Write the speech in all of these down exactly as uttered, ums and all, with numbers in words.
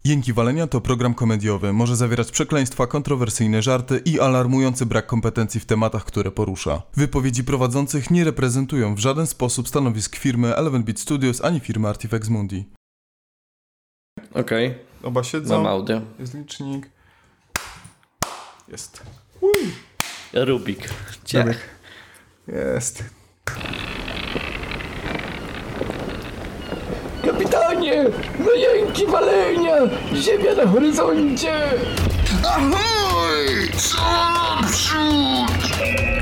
Jęki Walenia to program komediowy. Może zawierać przekleństwa, kontrowersyjne żarty i alarmujący brak kompetencji w tematach, które porusza. Wypowiedzi prowadzących nie reprezentują w żaden sposób stanowisk firmy Eleven Beat Studios ani firmy Artifex Mundi. Okej. Okay. Oba siedzą. Mam audio. Jest licznik. Jest. Uj. Rubik. Ciach. Jest. Kapitanie! No jęki walenia! Ziemia na horyzoncie! Ahoj! Co naprzód!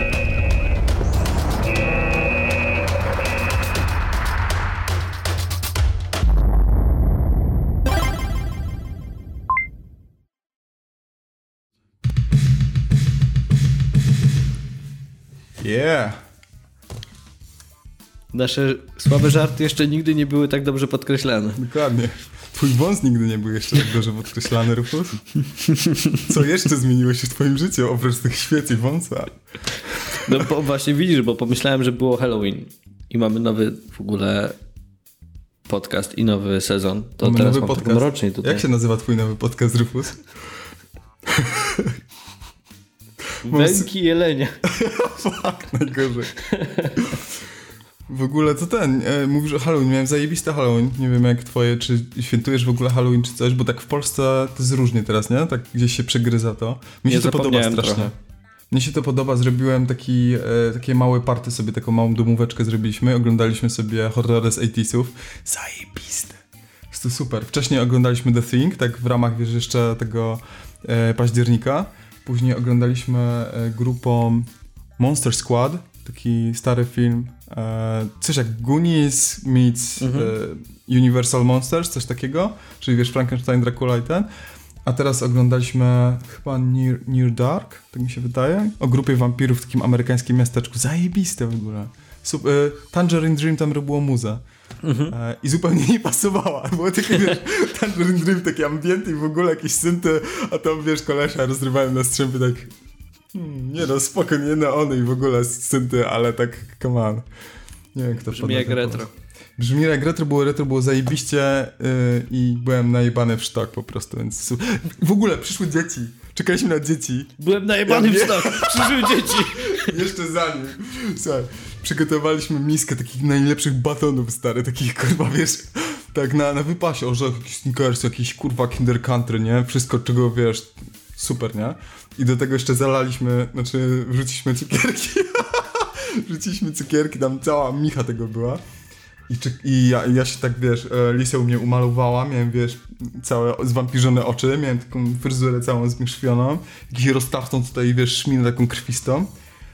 Yeah! Nasze słabe żarty jeszcze nigdy nie były tak dobrze podkreślane. Dokładnie. Twój wąs nigdy nie był jeszcze tak dobrze podkreślany, Rufus. Co jeszcze zmieniło się w twoim życiu oprócz tych świec i wąsa? No bo właśnie widzisz, bo pomyślałem, że było Halloween i mamy nowy w ogóle podcast i nowy sezon. To mamy teraz nowy mam podcast. taką roczniej tutaj. Jak się nazywa twój nowy podcast, Rufus? Węki jelenia. Fuck, najgorzej. W ogóle to ten, e, mówisz o Halloween, miałem zajebiste Halloween, nie wiem jak twoje, czy świętujesz w ogóle Halloween czy coś, bo tak w Polsce to jest różnie teraz, nie? Tak gdzieś się przegryza to. Mi się Nie to podoba strasznie. Trochę. Mnie się to podoba, zrobiłem taki, e, takie małe party sobie, taką małą domóweczkę zrobiliśmy, oglądaliśmy sobie horrory z osiemdziesiątych. Zajebiste. Jest to super. Wcześniej oglądaliśmy The Thing, tak w ramach, wiesz, jeszcze tego e, października. Później oglądaliśmy e, grupą Monster Squad, taki stary film, e, coś jak Goonies meets mhm. e, Universal Monsters, coś takiego, czyli wiesz, Frankenstein, Dracula i ten. A teraz oglądaliśmy chyba Near, Near Dark, tak mi się wydaje, o grupie wampirów w takim amerykańskim miasteczku. Zajebiste w ogóle. Sup, e, Tangerine Dream tam robiło muzę. Mhm. E, I zupełnie nie pasowała. Było takie, wiesz, Tangerine Dream, takie ambienty i w ogóle jakieś synty, a tam, wiesz, kolesia rozrywają na strzępy tak... Hmm, nie no, spoko, nie na one i w ogóle synty, ale tak, come on. Nie wiem, kto Brzmi jak retro. Brzmi jak retro, było retro, było zajebiście yy, i byłem najebany w sztok po prostu, więc... W ogóle przyszły dzieci, czekaliśmy na dzieci. Byłem najebany ja w sztok, przyszły dzieci. Jeszcze zanim. Słuchaj, przygotowaliśmy miskę takich najlepszych batonów, stary, takich kurwa, wiesz... Tak na, na wypasie, orzech, jakiś Snickers, jakiś kurwa Kinder Country, nie? Wszystko, czego wiesz, super, nie? I do tego jeszcze zalaliśmy, znaczy wrzuciliśmy cukierki. Wrzuciliśmy cukierki, tam cała micha tego była. I, czy, i ja, ja się tak, wiesz, Lisa u mnie umalowała, miałem, wiesz, całe zwampirzone oczy, miałem taką fryzurę całą zmierzchwioną, jakiś roztawną tutaj, wiesz, szminę taką krwistą.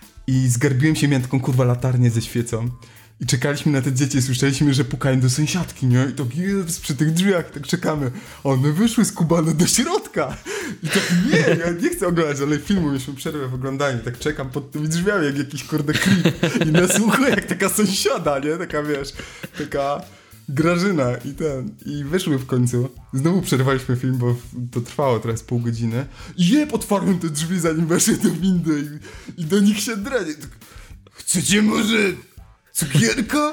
I zgarbiłem się, miałem taką kurwa latarnię ze świecą. I czekaliśmy na te dzieci, słyszeliśmy, że pukają do sąsiadki, nie? I tak jest przy tych drzwiach, tak czekamy. One wyszły skubane do środka. I tak nie, ja nie chcę oglądać, ale filmu mieliśmy przerwę w oglądaniu. Tak czekam pod tymi drzwiami, jak jakiś kurde creep. I nasłuchuję jak taka sąsiada, nie? Taka, wiesz, taka Grażyna i ten. I wyszły w końcu. Znowu przerwaliśmy film, bo to trwało teraz pół godziny. I jeb, otwarłem te drzwi, zanim weszły do windy i, i do nich się drenie. Tak, chcecie może... cukierka?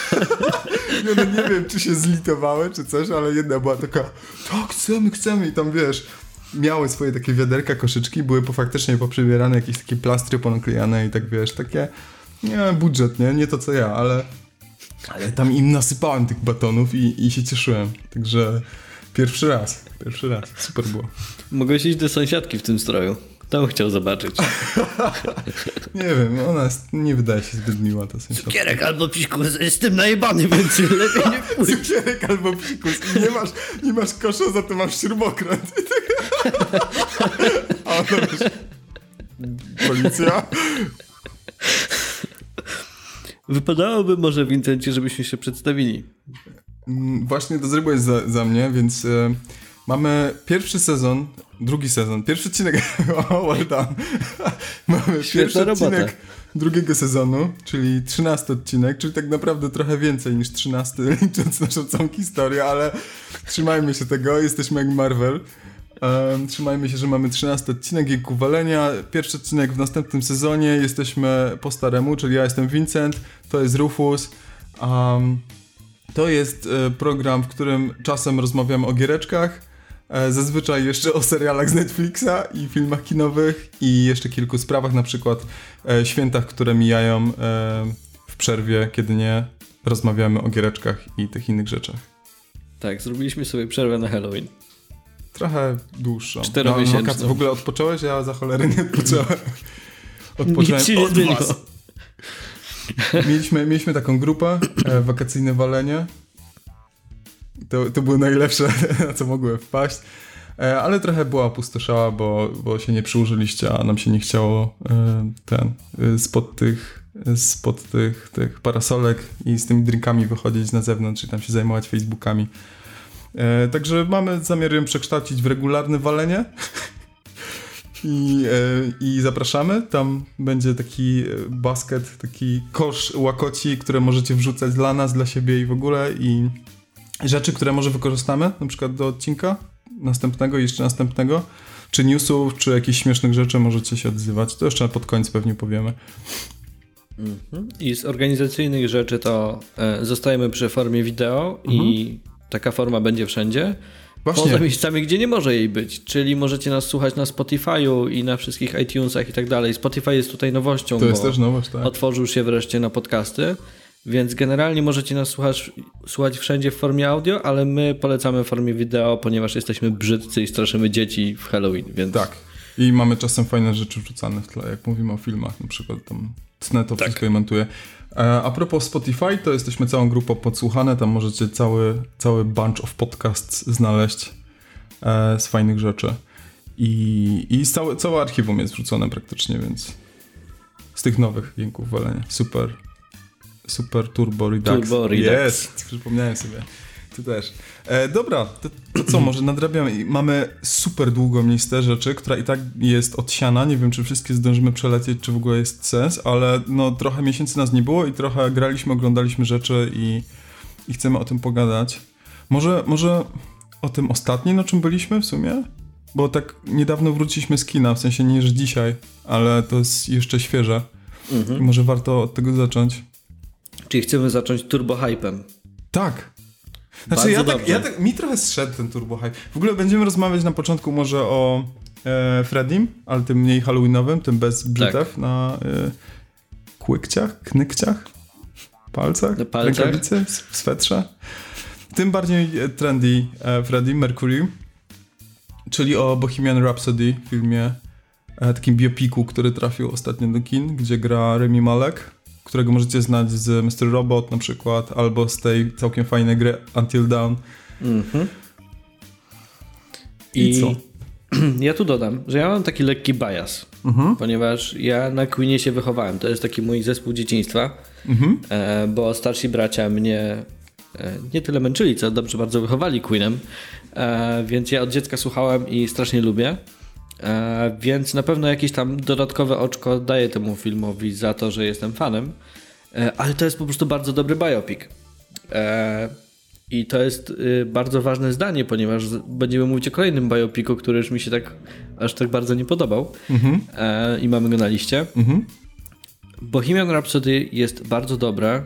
No, no nie wiem, czy się zlitowały, czy coś, ale jedna była taka, tak, chcemy, chcemy i tam, wiesz, miały swoje takie wiaderka, koszyczki, były po faktycznie poprzybierane, jakieś takie plastry ponaklejane i tak, wiesz, takie, nie, budżet, nie, nie to co ja, ale, ale tam im nasypałem tych batonów i, i się cieszyłem, także pierwszy raz, pierwszy raz, super było. Mogłeś iść do sąsiadki w tym stroju. To chciał zobaczyć. Nie wiem, ona jest, nie wydaje się zbyt miła ta sąsiadka. Cukierek albo psikus, jestem najebany, więc lepiej nie pójść. Cukierek albo psikus i nie masz, nie masz kosza, za to masz śrubokręt. A ona wiesz, policja? Wypadałoby może, Wincencie, żebyśmy się przedstawili. Właśnie to zrobiłeś za, za mnie, więc e, mamy pierwszy sezon, drugi sezon, pierwszy odcinek, oh, well done. Mamy Świetna pierwszy robota. odcinek drugiego sezonu, czyli trzynasty odcinek, czyli tak naprawdę trochę więcej niż trzynasty, licząc naszą całą historię, ale trzymajmy się tego, jesteśmy jak Marvel. Um, trzymajmy się, że mamy trzynasty odcinek Jęku Walenia, pierwszy odcinek w następnym sezonie, jesteśmy po staremu, czyli ja jestem Vincent, to jest Rufus. Um, to jest e, program, w którym czasem rozmawiamy o giereczkach, Zazwyczaj jeszcze o serialach z Netflixa i filmach kinowych i jeszcze kilku sprawach, na przykład świętach, które mijają w przerwie, kiedy nie rozmawiamy o giereczkach i tych innych rzeczach. Tak, zrobiliśmy sobie przerwę na Halloween. Trochę dłuższą. Czteromiesięczną. No, w ogóle odpocząłeś, ja za cholerę nie odpocząłem. Odpocząłem Nic się nie od zmieniło. was. Mieliśmy, mieliśmy taką grupę, e, wakacyjne walenie. To, to było najlepsze, na co mogłem wpaść. E, ale trochę była opustoszała, bo, bo się nie przyłożyliście, a nam się nie chciało e, ten, e, spod tych, spod tych, tych parasolek i z tymi drinkami wychodzić na zewnątrz i tam się zajmować Facebookami. E, także mamy zamiar ją przekształcić w regularne walenie. I, e, I zapraszamy. Tam będzie taki basket, taki kosz łakoci, które możecie wrzucać dla nas, dla siebie i w ogóle. I rzeczy, które może wykorzystamy, na przykład do odcinka następnego i jeszcze następnego, czy newsów, czy jakichś śmiesznych rzeczy możecie się odzywać. To jeszcze pod koniec pewnie powiemy. Mhm. I z organizacyjnych rzeczy to e, zostajemy przy formie wideo mhm. i taka forma będzie wszędzie. Właśnie. Poza miejscami, gdzie nie może jej być, czyli możecie nas słuchać na Spotify'u i na wszystkich iTunesach i tak dalej. Spotify jest tutaj nowością, to jest bo też nowość, tak. otworzył się wreszcie na podcasty, więc generalnie możecie nas słuchać, słuchać wszędzie w formie audio, ale my polecamy w formie wideo, ponieważ jesteśmy brzydcy i straszymy dzieci w Halloween, więc... Tak. I mamy czasem fajne rzeczy wrzucane w tle, jak mówimy o filmach, na przykład tam tnę to tak. wszystko i montuję. A propos Spotify, to jesteśmy całą grupą Podsłuchane, tam możecie cały, cały bunch of podcasts znaleźć e, z fajnych rzeczy. I, i całe, całe archiwum jest wrzucone praktycznie, więc z tych nowych dźwięków walenia. Super, super Turbo Redux. Turbo Redux. Jest, przypomniałem sobie. Ty też. E, dobra, to, to co, może nadrabiamy. Mamy super długą listę rzeczy, która i tak jest odsiana. Nie wiem, czy wszystkie zdążymy przelecieć, czy w ogóle jest sens, ale no trochę miesięcy nas nie było i trochę graliśmy, oglądaliśmy rzeczy i, i chcemy o tym pogadać. Może, może o tym ostatnim, na czym byliśmy w sumie? Bo tak niedawno wróciliśmy z kina, w sensie nie, że dzisiaj, ale to jest jeszcze świeże. Mhm. I może warto od tego zacząć. Czyli chcemy zacząć turbo hypem. Tak. Znaczy ja tak, ja tak, mi trochę zszedł ten turbo hype. W ogóle będziemy rozmawiać na początku może o e, Freddym, ale tym mniej halloweenowym, tym bez brzytew tak. na e, kłykciach, knykciach, palcach, palcach. rękawicy, w swetrze. Tym bardziej trendy e, Freddie Mercury, czyli o Bohemian Rhapsody, filmie, e, takim biopiku, który trafił ostatnio do kin, gdzie gra Rami Malek, którego możecie znać z mister Robot na przykład, albo z tej całkiem fajnej gry Until Dawn. Mm-hmm. I, I co? Ja tu dodam, że ja mam taki lekki bias, mm-hmm. ponieważ ja na Queenie się wychowałem. To jest taki mój zespół dzieciństwa, mm-hmm. e, bo starsi bracia mnie e, nie tyle męczyli, co dobrze bardzo wychowali Queenem, e, więc ja od dziecka słuchałem i strasznie lubię. E, więc na pewno jakieś tam dodatkowe oczko daję temu filmowi za to, że jestem fanem, e, ale to jest po prostu bardzo dobry biopic. E, I to jest y, bardzo ważne zdanie, ponieważ z, będziemy mówić o kolejnym biopicu, który już mi się tak aż tak bardzo nie podobał mm-hmm. e, i mamy go na liście. Mm-hmm. Bohemian Rhapsody jest bardzo dobre,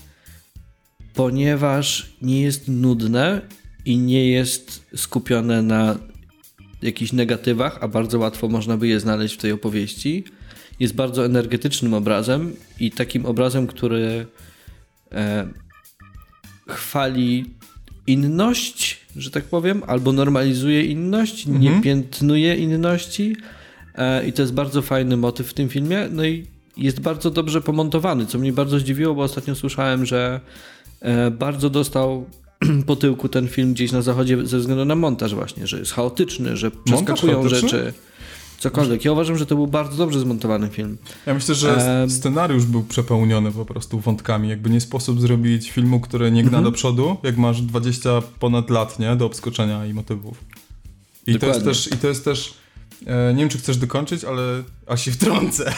ponieważ nie jest nudne i nie jest skupione na jakichś negatywach, a bardzo łatwo można by je znaleźć w tej opowieści. Jest bardzo energetycznym obrazem i takim obrazem, który e, chwali inność, że tak powiem, albo normalizuje inność, mhm. nie piętnuje inności e, i to jest bardzo fajny motyw w tym filmie. No i jest bardzo dobrze pomontowany, co mnie bardzo zdziwiło, bo ostatnio słyszałem, że e, bardzo dostał po tyłku ten film gdzieś na zachodzie ze względu na montaż właśnie, że jest chaotyczny, że przeskakują rzeczy, cokolwiek. Ja uważam, że to był bardzo dobrze zmontowany film. Ja myślę, że scenariusz był przepełniony po prostu wątkami. Jakby nie sposób zrobić filmu, który nie gna mm-hmm. do przodu, jak masz dwadzieścia ponad lat, nie? Do obskoczenia i motywów. I to jest też, i to jest też e, nie wiem, czy chcesz dokończyć, ale a się wtrącę.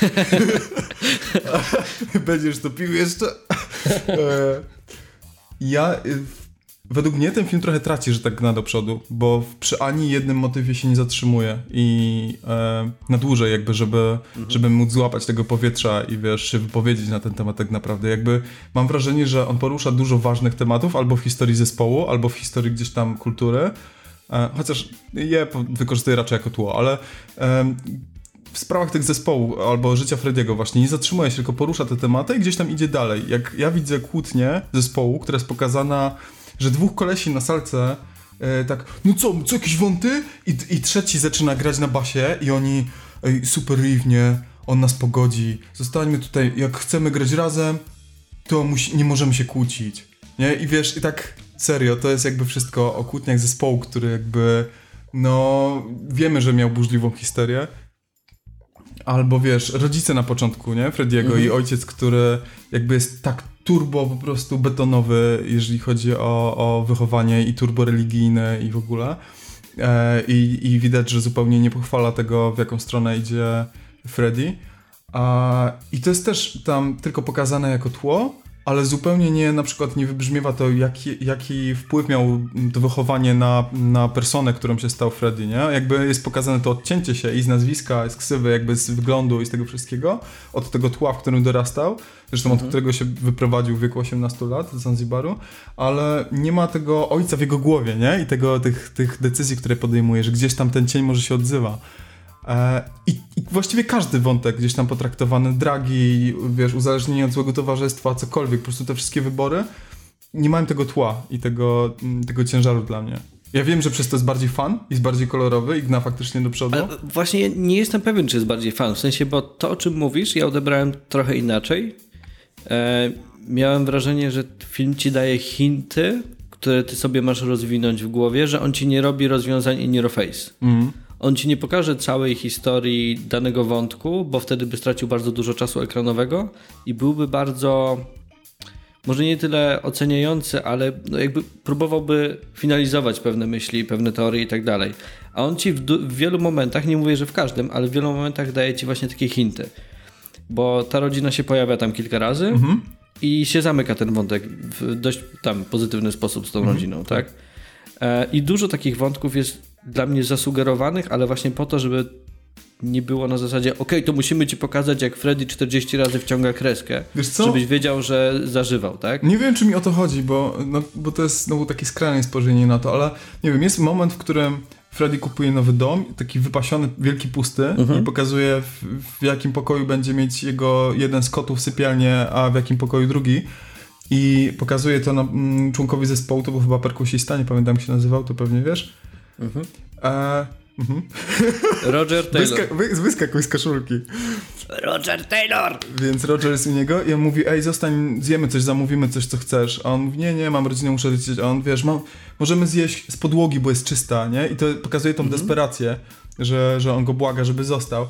Będziesz to pił jeszcze? e, Ja, według mnie ten film trochę traci, że tak gna do przodu, bo przy ani jednym motywie się nie zatrzymuje i e, na dłużej jakby, żeby, mhm. żeby móc złapać tego powietrza i wiesz, się wypowiedzieć na ten temat tak naprawdę. Jakby mam wrażenie, że on porusza dużo ważnych tematów albo w historii zespołu, albo w historii gdzieś tam kultury, E, chociaż je wykorzystuję raczej jako tło, ale e, w sprawach tych zespołu albo życia Frediego właśnie nie zatrzymuje się, tylko porusza te tematy i gdzieś tam idzie dalej. Jak ja widzę kłótnię zespołu, która jest pokazana, że dwóch kolesi na salce e, tak, no co, co jakieś wąty? I, i trzeci zaczyna grać na basie i oni, ej, super riff, nie? On nas pogodzi, zostańmy tutaj, jak chcemy grać razem, to musi, nie możemy się kłócić, nie? I wiesz, i tak serio, to jest jakby wszystko o kłótniach zespołu, który jakby, no, wiemy, że miał burzliwą historię. Albo wiesz, rodzice na początku, nie? Frediego mhm. i ojciec, który jakby jest tak turbo po prostu betonowy, jeżeli chodzi o, o wychowanie i turbo religijne i w ogóle. E, i, I widać, że zupełnie nie pochwala tego, w jaką stronę idzie Freddy. A, I to jest też tam tylko pokazane jako tło, ale zupełnie nie, na przykład nie wybrzmiewa to, jaki, jaki wpływ miał to wychowanie na, na personę, którą się stał Freddy, nie? Jakby jest pokazane to odcięcie się i z nazwiska, i z ksywy, jakby z wyglądu i z tego wszystkiego, od tego tła, w którym dorastał, zresztą mhm. od którego się wyprowadził w wieku osiemnastu lat z Zanzibaru, ale nie ma tego ojca w jego głowie, nie? I tego, tych, tych decyzji, które podejmuje, że gdzieś tam ten cień może się odzywa. I, I właściwie każdy wątek gdzieś tam potraktowany, dragi, wiesz, uzależnienie od złego towarzystwa, cokolwiek, po prostu te wszystkie wybory nie mają tego tła i tego, tego ciężaru dla mnie. Ja wiem, że przez to jest bardziej fun, jest bardziej kolorowy i gna faktycznie do przodu. Ale właśnie nie jestem pewien, czy jest bardziej fun, w sensie, bo to, o czym mówisz, ja odebrałem trochę inaczej. E, miałem wrażenie, że film ci daje hinty, które ty sobie masz rozwinąć w głowie, że on ci nie robi rozwiązań in your face. Mhm. On ci nie pokaże całej historii danego wątku, bo wtedy by stracił bardzo dużo czasu ekranowego i byłby bardzo, może nie tyle oceniający, ale no jakby próbowałby finalizować pewne myśli, pewne teorie i tak dalej. A on ci w, w wielu momentach, nie mówię, że w każdym, ale w wielu momentach daje ci właśnie takie hinty. Bo ta rodzina się pojawia tam kilka razy mhm. i się zamyka ten wątek w dość tam pozytywny sposób z tą mhm. rodziną, tak? I dużo takich wątków jest dla mnie zasugerowanych, ale właśnie po to, żeby nie było na zasadzie okej, okay, to musimy ci pokazać, jak Freddy czterdzieści razy wciąga kreskę, żebyś wiedział, że zażywał, tak? Nie wiem, czy mi o to chodzi, bo, no, bo to jest znowu takie skrajne spojrzenie na to, ale nie wiem, jest moment, w którym Freddy kupuje nowy dom, taki wypasiony, wielki, pusty mhm. i pokazuje w, w jakim pokoju będzie mieć jego jeden z kotów sypialnię, a w jakim pokoju drugi. I pokazuje to na, mm, członkowi zespołu, to był chyba perkusista, nie pamiętam jak się nazywał, to pewnie wiesz. Mhm. E, mhm. Roger Taylor. Wyska- wy- wyskakuj z koszulki. Roger Taylor! Więc Roger jest u niego i on mówi, ej, zostań, zjemy coś, zamówimy coś, co chcesz. A on mówi, nie, nie, mam rodzinę, muszę lecieć. A on, wiesz, mam, możemy zjeść z podłogi, bo jest czysta, nie? I to pokazuje tą mhm. desperację, że, że on go błaga, żeby został.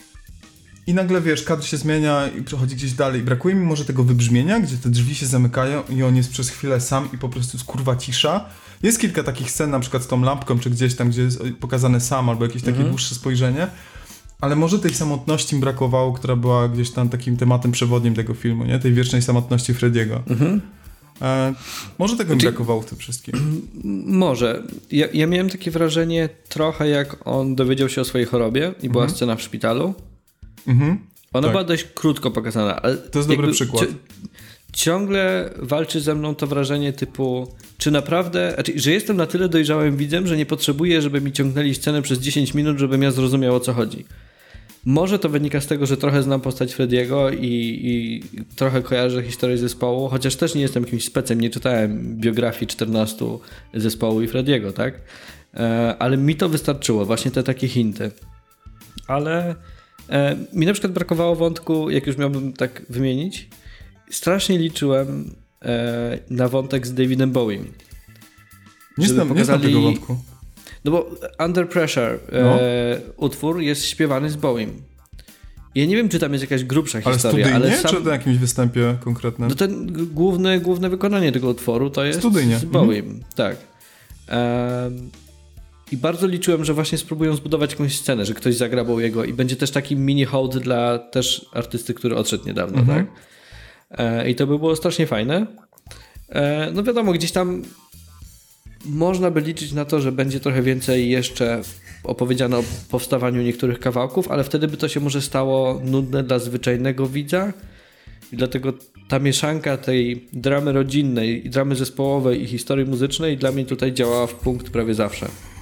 I nagle, wiesz, kadr się zmienia i przechodzi gdzieś dalej. Brakuje mi może tego wybrzmienia, gdzie te drzwi się zamykają i on jest przez chwilę sam i po prostu jest kurwa cisza. Jest kilka takich scen, na przykład z tą lampką, czy gdzieś tam, gdzie jest pokazany sam, albo jakieś takie mhm. dłuższe spojrzenie. Ale może tej samotności mi brakowało, która była gdzieś tam takim tematem przewodnim tego filmu, nie? Tej wiecznej samotności Frediego. Mhm. E, może tego mi znaczy, brakowało w tym wszystkim. Może. Ja, ja miałem takie wrażenie trochę jak on dowiedział się o swojej chorobie i była mhm. scena w szpitalu. Mhm. Ona tak. była dość krótko pokazana, ale to jest dobry przykład. Ci, ciągle walczy ze mną to wrażenie typu, czy naprawdę, znaczy, że jestem na tyle dojrzałym widzem, że nie potrzebuję, żeby mi ciągnęli scenę przez dziesięć minut, żebym ja zrozumiał, o co chodzi. Może to wynika z tego, że trochę znam postać Frediego i, i trochę kojarzę historię zespołu, chociaż też nie jestem jakimś specem, nie czytałem biografii czternastu zespołu i Frediego, tak? E, ale mi to wystarczyło, właśnie te takie hinty. Ale e, mi na przykład brakowało wątku, jak już miałbym tak wymienić, strasznie liczyłem e, na wątek z Davidem Bowiem. Nie znam, pokazali... nie znam tego wątku. No bo Under Pressure no. e, utwór jest śpiewany z Bowiem. Ja nie wiem, czy tam jest jakaś grubsza ale historia, studyjnie, ale sam... czy na jakimś występie konkretnym? No ten główny, główne wykonanie tego utworu to jest studyjnie. z Bowiem, mhm. tak. E, I bardzo liczyłem, że właśnie spróbują zbudować jakąś scenę, że ktoś zagra Bowiego i będzie też taki mini hołd dla też artysty, który odszedł niedawno, mhm. tak? E, I to by było strasznie fajne. E, no wiadomo, gdzieś tam można by liczyć na to, że będzie trochę więcej jeszcze opowiedziane o powstawaniu niektórych kawałków, ale wtedy by to się może stało nudne dla zwyczajnego widza i dlatego ta mieszanka tej dramy rodzinnej, dramy zespołowej i historii muzycznej dla mnie tutaj działała w punkt prawie zawsze.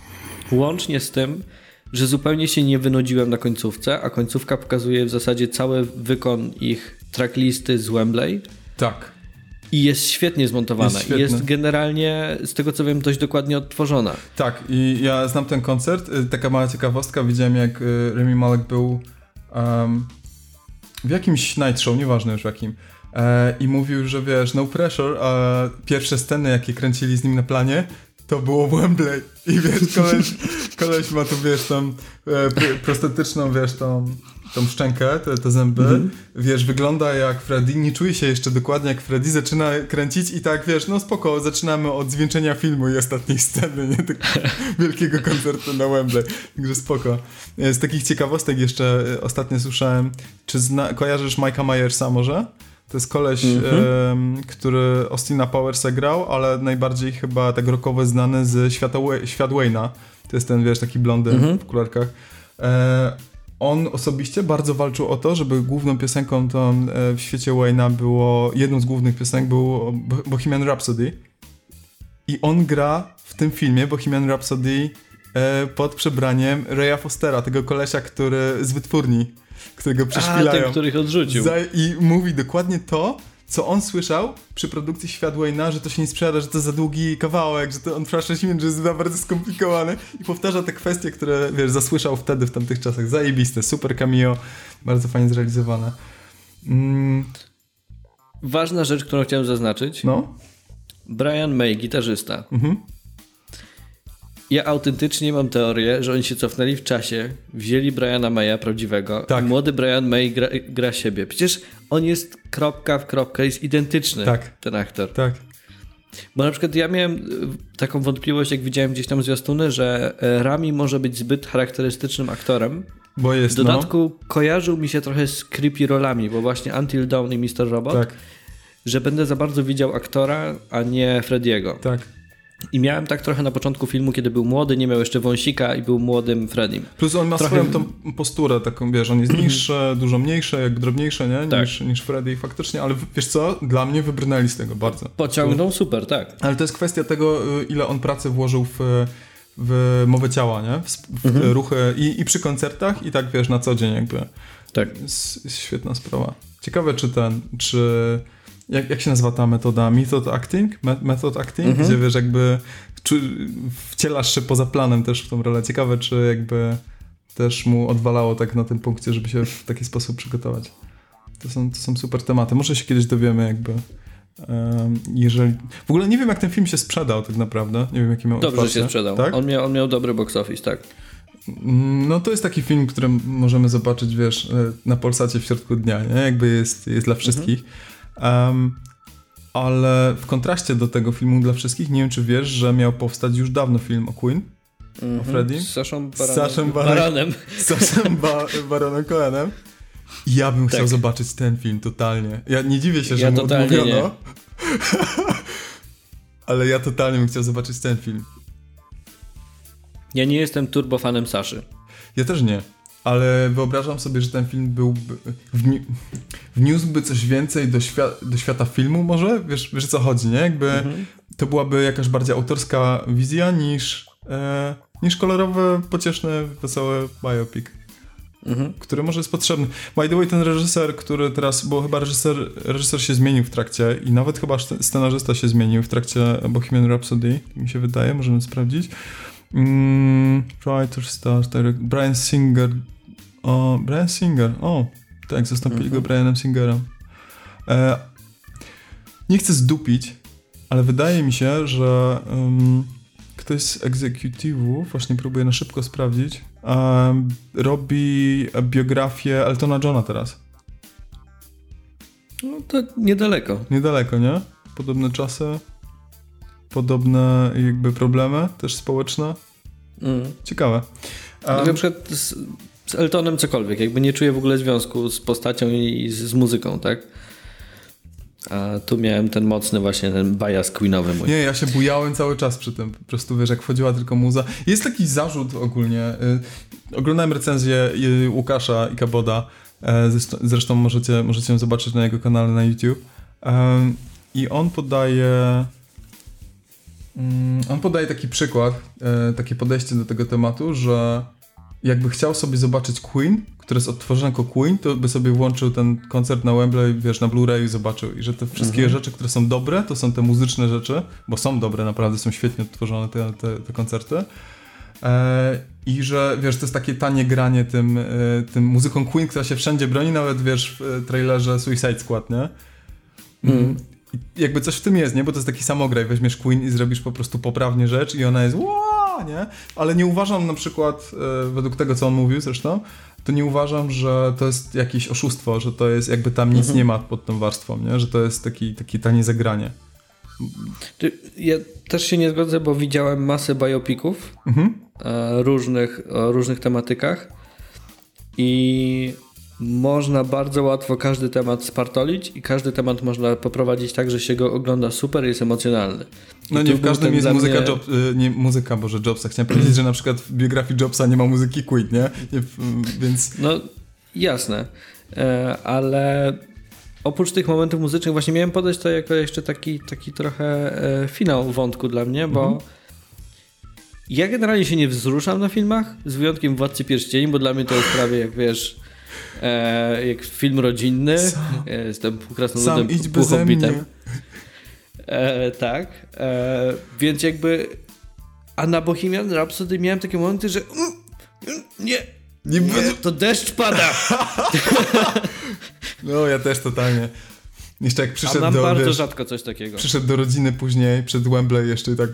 Łącznie z tym, że zupełnie się nie wynudziłem na końcówce, a końcówka pokazuje w zasadzie cały wykon ich tracklisty z Wembley. Tak. I jest świetnie zmontowana. Jest, I jest generalnie, z tego co wiem, dość dokładnie odtworzona. Tak, i ja znam ten koncert. Taka mała ciekawostka, widziałem jak Rami Malek był um, w jakimś night show, nieważne już w jakim. E, I mówił, że wiesz, no pressure, a pierwsze sceny, jakie kręcili z nim na planie, to było w Wembley. I wiesz, koleś, koleś ma tu, wiesz, tą e, prostetyczną, wiesz, tą, tą szczękę, te, te zęby. Mm-hmm. Wiesz, wygląda jak Freddy, nie czuje się jeszcze dokładnie jak Freddy, zaczyna kręcić i tak, wiesz, no spoko, zaczynamy od zwieńczenia filmu i ostatniej sceny, nie? Tak wielkiego koncertu na Wembley. Także spoko. Z takich ciekawostek jeszcze ostatnio słyszałem, czy zna, kojarzysz Mike'a Myersa może? To jest koleś, mm-hmm. um, który Austina Powersa grał, ale najbardziej chyba tak rockowo znany z świata, świat Wayne'a. To jest ten, wiesz, taki blondyn mm-hmm. w okularkach. E, on osobiście bardzo walczył o to, żeby główną piosenką tą, e, w świecie Wayne'a było, jedną z głównych piosenek było Bohemian Rhapsody. I on gra w tym filmie Bohemian Rhapsody e, pod przebraniem Raya Fostera, tego kolesia, który z wytwórni, którego prześwilają. A, ten, których odrzucił. Za, I mówi dokładnie to, co on słyszał przy produkcji Świat Wayne'a, że to się nie sprzeda, że to za długi kawałek, że to on proszę się, że jest za bardzo skomplikowany i powtarza te kwestie, które, wiesz, zasłyszał wtedy, w tamtych czasach. Zajebiste, super cameo, bardzo fajnie zrealizowane. Mm. Ważna rzecz, którą chciałem zaznaczyć. No? Brian May, gitarzysta. Mhm. Ja autentycznie mam teorię, że oni się cofnęli w czasie, wzięli Briana Maya prawdziwego tak. i młody Brian May gra, gra siebie. Przecież on jest kropka w kropkę, jest identyczny, tak. ten aktor. Tak. Bo na przykład ja miałem taką wątpliwość, jak widziałem gdzieś tam zwiastuny, że Rami może być zbyt charakterystycznym aktorem. Bo jest, w dodatku no. kojarzył mi się trochę z creepy rolami, bo właśnie Until Dawn i mister Robot, tak. że będę za bardzo widział aktora, a nie Freddiego. Tak. I miałem tak trochę na początku filmu, kiedy był młody, nie miał jeszcze wąsika i był młodym Freddym. Plus on ma trochę... swoją tą posturę taką, wiesz, on jest niższy, dużo mniejszy, jak drobniejszy, nie? Tak. Niż, niż Freddy faktycznie, ale wiesz co? Dla mnie wybrnęli z tego bardzo. Pociągnął super, tak. Ale to jest kwestia tego, ile on pracy włożył w, w mowę ciała, nie? W, w mhm. ruchy i, i przy koncertach i tak, wiesz, na co dzień jakby. Tak. Jest, jest świetna sprawa. Ciekawe, czy ten, czy... Jak, jak się nazywa ta metoda? Method acting? Method acting? Mhm. Gdzie wiesz, jakby czy wcielasz się poza planem też w tą rolę. Ciekawe, czy jakby też mu odwalało tak na tym punkcie, żeby się w taki sposób przygotować. To są, to są super tematy. Może się kiedyś dowiemy jakby. Um, jeżeli... W ogóle nie wiem, jak ten film się sprzedał tak naprawdę. Nie wiem, jaki miał Dobrze otwarcie. się sprzedał. Tak? On miał, on miał dobry box office, tak. No to jest taki film, który możemy zobaczyć, wiesz, na Polsacie w środku dnia, nie? Jakby jest, jest dla wszystkich. Mhm. Um, ale w kontraście do tego filmu dla wszystkich, nie wiem, czy wiesz, że miał powstać już dawno film o Queen, mm-hmm. o Freddie. Z Saszą Baronem. Z Saszą Bar- Baronem. Z Saszą ba- Baronem Cohenem. I ja bym tak. chciał zobaczyć ten film totalnie. Ja nie dziwię się, że ja mu odmówiono. Nie. Ale ja totalnie bym chciał zobaczyć ten film. Ja nie jestem turbofanem Saszy. Ja też nie. Ale wyobrażam sobie, że ten film byłby... Wni- wniósłby coś więcej do, świa- do świata filmu może? Wiesz, wiesz o co chodzi, nie? Jakby mhm. to byłaby jakaś bardziej autorska wizja niż, e, niż kolorowe, pocieszne, wesołe biopic. Mhm. Który może jest potrzebny. By the way, ten reżyser, który teraz... Bo chyba reżyser, reżyser się zmienił w trakcie i nawet chyba scenarzysta się zmienił w trakcie Bohemian Rhapsody. Mi się wydaje, możemy sprawdzić. Mm, writer, star, direct, Bryan Singer. O, Bryan Singer. O, tak, zastąpili mhm. go Bryanem Singerem. E, nie chcę zdupić, ale wydaje mi się, że um, ktoś z egzekutywów, właśnie próbuję na szybko sprawdzić, um, robi biografię Eltona Johna teraz. No to niedaleko. Niedaleko, nie? Podobne czasy. Podobne jakby problemy, też społeczne. Mm. Ciekawe. Um, no, na przykład z, z Eltonem cokolwiek, jakby nie czuję w ogóle związku z postacią i z, z muzyką, tak? A tu miałem ten mocny właśnie, ten bias queenowy mój. Nie, ja się bujałem cały czas przy tym. Po prostu, wiesz, jak wchodziła tylko muza. Jest taki zarzut ogólnie. Yy, oglądałem recenzję yy, Łukasza i Kaboda. Yy, zresztą, zresztą możecie, możecie ją zobaczyć na jego kanale na YouTube. Yy, I on podaje... On podaje taki przykład, e, takie podejście do tego tematu, że jakby chciał sobie zobaczyć Queen, które jest odtworzone jako Queen, to by sobie włączył ten koncert na Wembley, wiesz, na Blu-rayu i zobaczył. I że te wszystkie mhm. rzeczy, które są dobre, to są te muzyczne rzeczy, bo są dobre, naprawdę są świetnie odtworzone te, te, te koncerty. E, I że, wiesz, to jest takie tanie granie tym, e, tym muzyką Queen, która się wszędzie broni, nawet, wiesz, w trailerze Suicide Squad, nie? Mm. I jakby coś w tym jest, nie? Bo to jest taki samograj, weźmiesz Queen i zrobisz po prostu poprawnie rzecz i ona jest ła, nie? Ale nie uważam na przykład, e, według tego, co on mówił zresztą, to nie uważam, że to jest jakieś oszustwo, że to jest jakby tam nic mhm. nie ma pod tą warstwą, nie? Że to jest taki, taki tanie zagranie. Ja też się nie zgodzę, bo widziałem masę biopików mhm. e, różnych, o różnych tematykach i można bardzo łatwo każdy temat spartolić i każdy temat można poprowadzić tak, że się go ogląda super i jest emocjonalny. I no nie w każdym jest muzyka, mnie... Job, nie muzyka, Boże, Jobsa. Chciałem powiedzieć, że na przykład w biografii Jobsa nie ma muzyki Queen, nie? nie więc... No jasne, e, ale oprócz tych momentów muzycznych właśnie miałem podać to jako jeszcze taki, taki trochę e, finał wątku dla mnie, bo mhm. ja generalnie się nie wzruszam na filmach, z wyjątkiem Władcy Pierścieni, bo dla mnie to jest prawie jak wiesz... E, jak film rodzinny. Sam, e, jestem pół krasnoludem, pół hobbitem. E, tak. E, więc jakby a na Bohemian Rhapsody miałem takie momenty, że mm, nie, nie, nie, to deszcz pada. No ja też totalnie. Jeszcze jak przyszedł a mam do, bardzo wiesz, rzadko coś takiego. Przyszedł do rodziny później, przed Wembley jeszcze i tak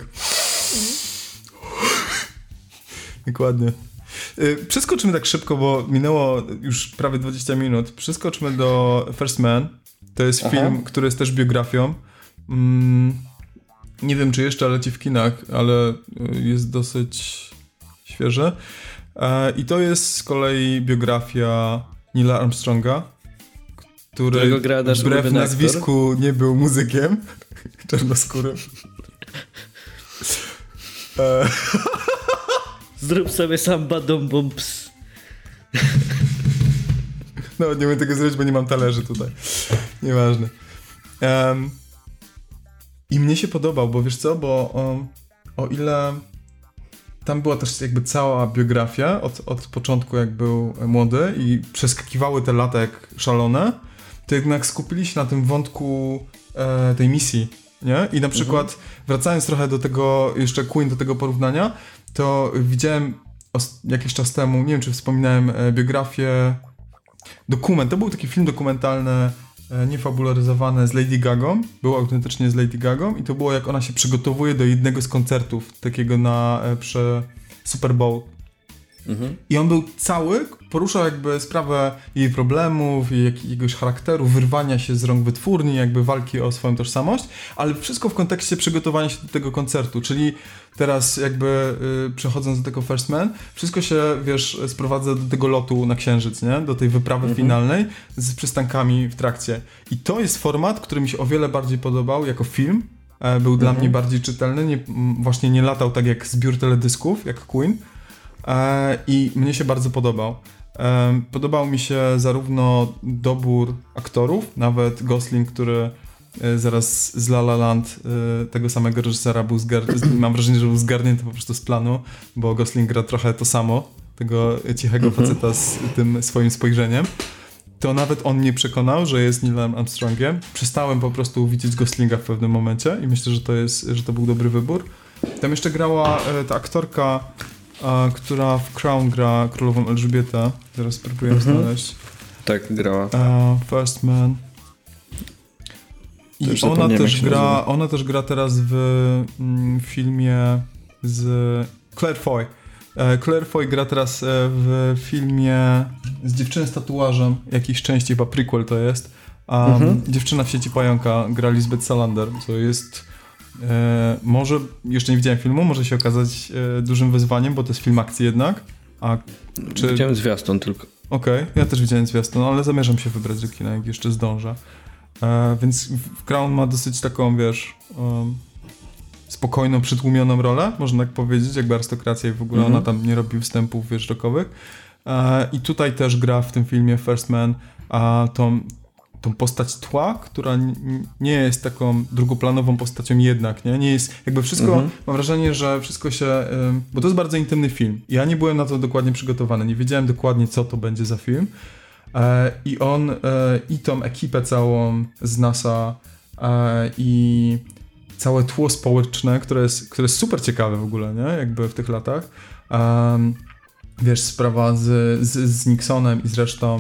dokładnie. Przeskoczymy tak szybko, bo minęło już prawie dwadzieścia minut. Przeskoczmy do First Man. To jest Aha. film, który jest też biografią. Mm, nie wiem, czy jeszcze leci w kinach, ale jest dosyć świeży. E, I to jest z kolei biografia Neila Armstronga, który gra nasz wbrew nazwisku aktor. Nie był muzykiem czarnoskórym. e, Zrób sobie sam badum bumps. No, nie umiem tego zrobić, bo nie mam talerzy tutaj. Nieważne. Um, I mnie się podobał, bo wiesz co, bo um, o ile tam była też jakby cała biografia od, od początku, jak był młody i przeskakiwały te lata jak szalone, to jednak skupili się na tym wątku e, tej misji, nie? I na przykład mhm. wracając trochę do tego, jeszcze Queen, do tego porównania, to widziałem os- jakiś czas temu, nie wiem czy wspominałem, e, biografię, dokument, to był taki film dokumentalny, e, niefabularyzowany z Lady Gagą, był autentycznie z Lady Gagą i to było jak ona się przygotowuje do jednego z koncertów, takiego na e, przy Super Bowl. Mhm. I on był cały, poruszał jakby sprawę jej problemów, jej jakiegoś charakteru, wyrwania się z rąk wytwórni, jakby walki o swoją tożsamość, ale wszystko w kontekście przygotowania się do tego koncertu, czyli teraz jakby yy, przechodząc do tego First Man, wszystko się, wiesz, sprowadza do tego lotu na Księżyc, nie? Do tej wyprawy mhm. finalnej z przystankami w trakcie. I to jest format, który mi się o wiele bardziej podobał jako film, e, był mhm. dla mnie bardziej czytelny, nie, m, właśnie nie latał tak jak zbiór teledysków, jak Queen, i mnie się bardzo podobał. Podobał mi się zarówno dobór aktorów, nawet Gosling, który zaraz z La La Land tego samego reżysera był zgar- mam wrażenie, że był zgarnięty po prostu z planu, bo Gosling gra trochę to samo, tego cichego faceta z tym swoim spojrzeniem. To nawet on mnie przekonał, że jest Neilem Armstrongiem. Przestałem po prostu widzieć Goslinga w pewnym momencie i myślę, że to jest, że to był dobry wybór. Tam jeszcze grała ta aktorka, A, która w Crown gra królową Elżbietę. Zaraz spróbuję mhm. znaleźć. Tak, grała. A, First Man. I ona też gra, ona też gra teraz w mm, filmie z Claire Foy. E, Claire Foy gra teraz e, w filmie z dziewczyną z tatuażem, jakiejś części, chyba prequel to jest. Um, mhm. Dziewczyna w sieci pająka gra Lisbeth Salander, co jest E, może, jeszcze nie widziałem filmu, może się okazać e, dużym wyzwaniem, bo to jest film akcji jednak. A czy... Widziałem zwiastun tylko. Okej, okay, ja też widziałem zwiastun, ale zamierzam się wybrać do kina, jak jeszcze zdążę. E, więc Crown ma dosyć taką, wiesz, um, spokojną, przytłumioną rolę, można tak powiedzieć, jakby arystokracja i w ogóle mm-hmm. ona tam nie robi wstępów, wiesz, rockowych. E, I tutaj też gra w tym filmie First Man a tą tą postać tła, która n- nie jest taką drugoplanową postacią jednak, nie? Nie jest, jakby wszystko, mhm. mam wrażenie, że wszystko się, ym, bo to jest bardzo intymny film. Ja nie byłem na to dokładnie przygotowany, nie wiedziałem dokładnie, co to będzie za film. E, I on, e, i tą ekipę całą z NASA e, i całe tło społeczne, które jest, które jest super ciekawe w ogóle, nie? Jakby w tych latach. Um, wiesz, sprawa z, z, z Nixonem i zresztą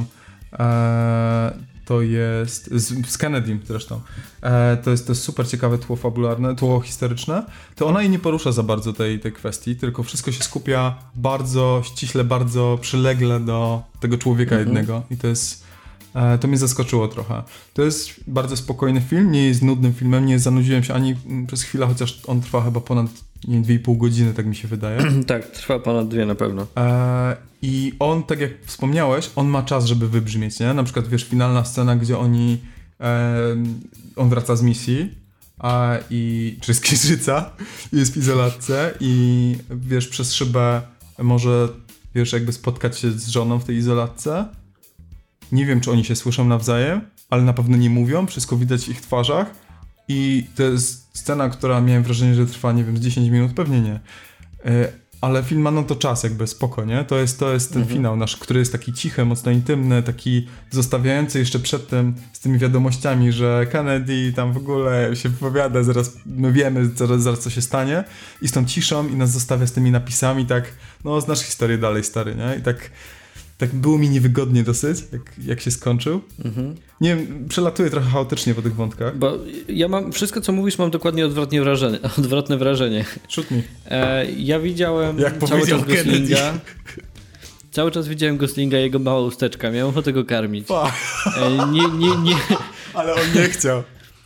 e, to jest, z, z Kennedym zresztą, e, to jest to jest super ciekawe tło fabularne, tło historyczne, to ona jej nie porusza za bardzo tej, tej kwestii, tylko wszystko się skupia bardzo ściśle, bardzo przylegle do tego człowieka mhm. jednego i to jest to mnie zaskoczyło trochę. To jest bardzo spokojny film, nie jest nudnym filmem, nie zanudziłem się ani przez chwilę, chociaż on trwa chyba ponad nie, dwie i pół godziny, tak mi się wydaje. Tak, trwa ponad dwie na pewno. E, I on, tak jak wspomniałeś, on ma czas, żeby wybrzmieć, nie? Na przykład, wiesz, finalna scena, gdzie oni e, on wraca z misji a, i, czy z Księżyca i jest w izolatce i wiesz, przez szybę może, wiesz, jakby spotkać się z żoną w tej izolatce. Nie wiem, czy oni się słyszą nawzajem, ale na pewno nie mówią, wszystko widać w ich twarzach i to jest scena, która miałem wrażenie, że trwa, nie wiem, z dziesięć minut, pewnie nie. Yy, ale film ma na to czas, jakby spoko, nie? To jest, to jest ten mhm. finał nasz, który jest taki cichy, mocno intymny, taki zostawiający jeszcze przed tym z tymi wiadomościami, że Kennedy tam w ogóle się wypowiada, zaraz my wiemy zaraz, zaraz co się stanie i z tą ciszą i nas zostawia z tymi napisami, tak, no znasz historię dalej, stary, nie? I tak Tak było mi niewygodnie dosyć, jak, jak się skończył. Mhm. Nie wiem, przelatuję trochę chaotycznie po tych wątkach. Bo ja mam, wszystko co mówisz mam dokładnie odwrotnie wrażenie, odwrotne wrażenie. Shoot me. E, ja widziałem jak cały czas Goslinga. Cały czas widziałem Goslinga, jego mała usteczka, miałem ochotę go karmić. E, nie, nie, nie. Ale on nie chciał.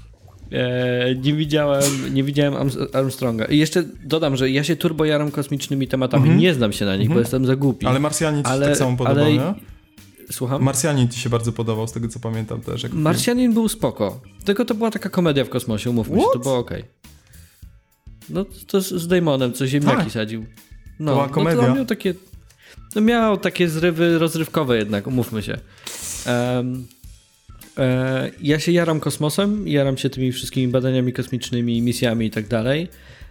E, nie widziałem, nie widziałem Armstronga. I jeszcze dodam, że ja się turbo jaram kosmicznymi tematami. Mm-hmm. Nie znam się na nich, mm-hmm. bo jestem za głupi. Ale Marsjanin ci ale, tak samo podobał, ale... nie? Słucham? Marsjanin ci się bardzo podobał, z tego co pamiętam też. Jak Marsjanin film. Był spoko. Tylko to była taka komedia w kosmosie, umówmy What? się, to było okej. Okay. No to z, z Damonem, co ziemniaki tak. sadził. No, to była komedia. No to miał takie, no miał takie zrywy rozrywkowe jednak, umówmy się. Um, e, ja się jaram kosmosem, jaram się tymi wszystkimi badaniami kosmicznymi, misjami i tak dalej.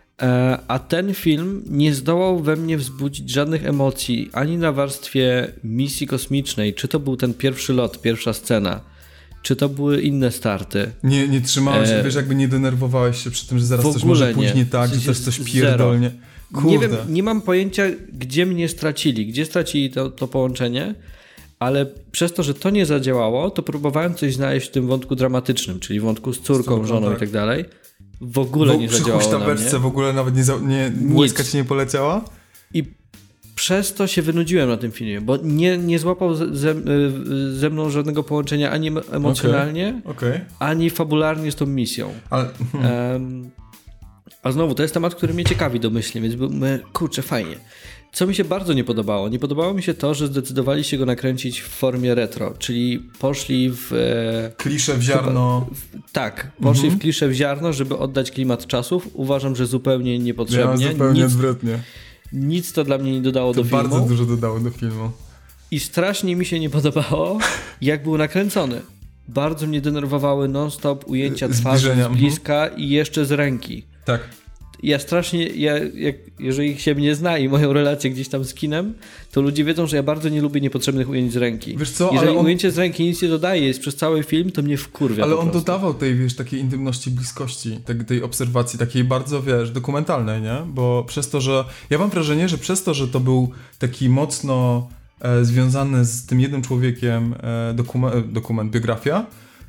A ten film nie zdołał we mnie wzbudzić żadnych emocji ani na warstwie misji kosmicznej, czy to był ten pierwszy lot, pierwsza scena, czy to były inne starty. Nie, nie trzymałeś się, e... wiesz, jakby nie denerwowałeś się przy tym, że zaraz coś może pójść nie tak, że coś, coś pierdolnie. Kurde. Nie wiem, nie mam pojęcia, gdzie mnie stracili, gdzie stracili to, to połączenie, ale przez to, że to nie zadziałało, to próbowałem coś znaleźć w tym wątku dramatycznym, czyli wątku z córką, z córką żoną tak. i tak dalej. W ogóle Bo nie zadziałało na mnie. w ogóle nawet nie, za, nie łyska ci nie poleciała? I przez to się wynudziłem na tym filmie, bo nie, nie złapał ze, ze mną żadnego połączenia ani emocjonalnie, okay. Okay. ani fabularnie z tą misją. Ale... Um, a znowu, to jest temat, który mnie ciekawi domyślnie, więc my, kurczę, fajnie. Co mi się bardzo nie podobało? Nie podobało mi się to, że zdecydowali się go nakręcić w formie retro, czyli poszli w... E, klisze w ziarno. Chyba, w, tak, poszli mhm. w klisze w ziarno, żeby oddać klimat czasów. Uważam, że zupełnie niepotrzebnie. Ja zupełnie nic, odwrotnie. Nic to dla mnie nie dodało to do filmu. bardzo dużo dodało do filmu. I strasznie mi się nie podobało, jak był nakręcony. Bardzo mnie denerwowały non-stop ujęcia twarzy z bliska mhm. i jeszcze z ręki. Tak. Ja strasznie, ja, jak, jeżeli się mnie zna i moją relację gdzieś tam z kinem, to ludzie wiedzą, że ja bardzo nie lubię niepotrzebnych ujęć z ręki. Wiesz co, jeżeli ale on... ujęcie z ręki nic nie dodaje, jest przez cały film, to mnie wkurwia. Ale po on prostu. dodawał tej, wiesz, takiej intymności, bliskości, tej, tej obserwacji, takiej bardzo, wiesz, dokumentalnej, nie? Bo przez to, że... Ja mam wrażenie, że przez to, że to był taki mocno e, związany z tym jednym człowiekiem e, dokument, dokument, biografia,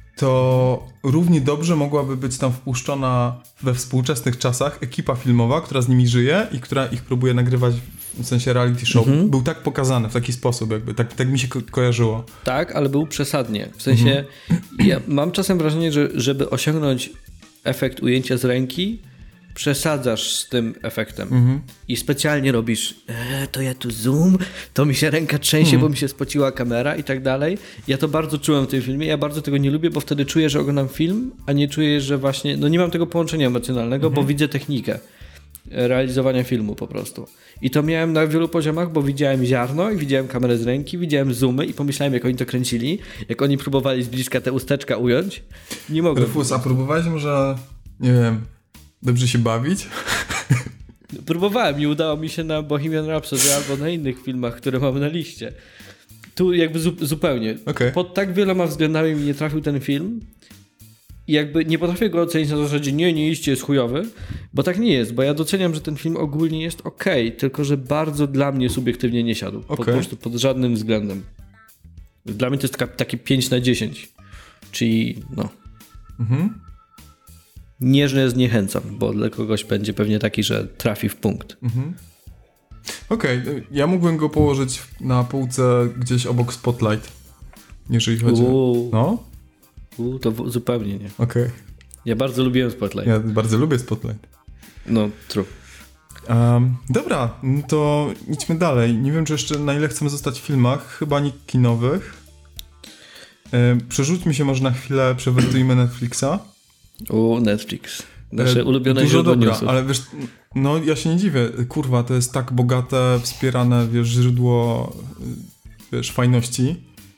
to równie dobrze mogłaby być tam wpuszczona we współczesnych czasach ekipa filmowa, która z nimi żyje i która ich próbuje nagrywać w sensie reality show. Mhm. Był tak pokazany w taki sposób jakby, tak, tak mi się ko- kojarzyło. Tak, ale był przesadnie. W sensie mhm. ja mam czasem wrażenie, że żeby osiągnąć efekt ujęcia z ręki, przesadzasz z tym efektem mhm. i specjalnie robisz e, to ja tu zoom, to mi się ręka trzęsie, mhm. bo mi się spociła kamera i tak dalej. Ja to bardzo czułem w tym filmie, ja bardzo tego nie lubię, bo wtedy czuję, że oglądam film, a nie czuję, że właśnie, no nie mam tego połączenia emocjonalnego, mhm. bo widzę technikę. realizowania filmu po prostu. I to miałem na wielu poziomach, bo widziałem ziarno i widziałem kamerę z ręki, widziałem zoomy i pomyślałem, jak oni to kręcili, jak oni próbowali z bliska te usteczka ująć. Nie mogłem. Rufus, a próbowałeś może, nie wiem, dobrze się bawić? Próbowałem i udało mi się na Bohemian Rhapsody albo na innych filmach, które mamy na liście. Tu jakby zu- zupełnie. Okay. Pod tak wieloma względami mi nie trafił ten film i jakby nie potrafię go ocenić na zasadzie nie, nie iście, jest chujowy, bo tak nie jest, bo ja doceniam, że ten film ogólnie jest okej, okay, tylko że bardzo dla mnie subiektywnie nie siadł. Okay. Po prostu pod żadnym względem. Dla mnie to jest taka, takie pięć na dziesięć. Czyli no... Mhm. Nie, że zniechęcam, bo dla kogoś będzie pewnie taki, że trafi w punkt. Mhm. Okej, okay. Ja mógłbym go położyć na półce gdzieś obok Spotlight, jeżeli chodzi o... No? Uu, to w- zupełnie nie. Okej. Okay. Ja bardzo lubiłem Spotlight. Ja bardzo lubię Spotlight. No, true. Um, dobra, to idźmy dalej. Nie wiem, czy jeszcze na ile chcemy zostać w filmach, chyba nie kinowych. Um, przerzućmy się może na chwilę, przewertujmy Netflixa. O, Netflix. Nasze ulubione Dużo źródło dobra, newsów. Ale wiesz, no ja się nie dziwię. Kurwa, to jest tak bogate, wspierane, wiesz, źródło, wiesz, fajności.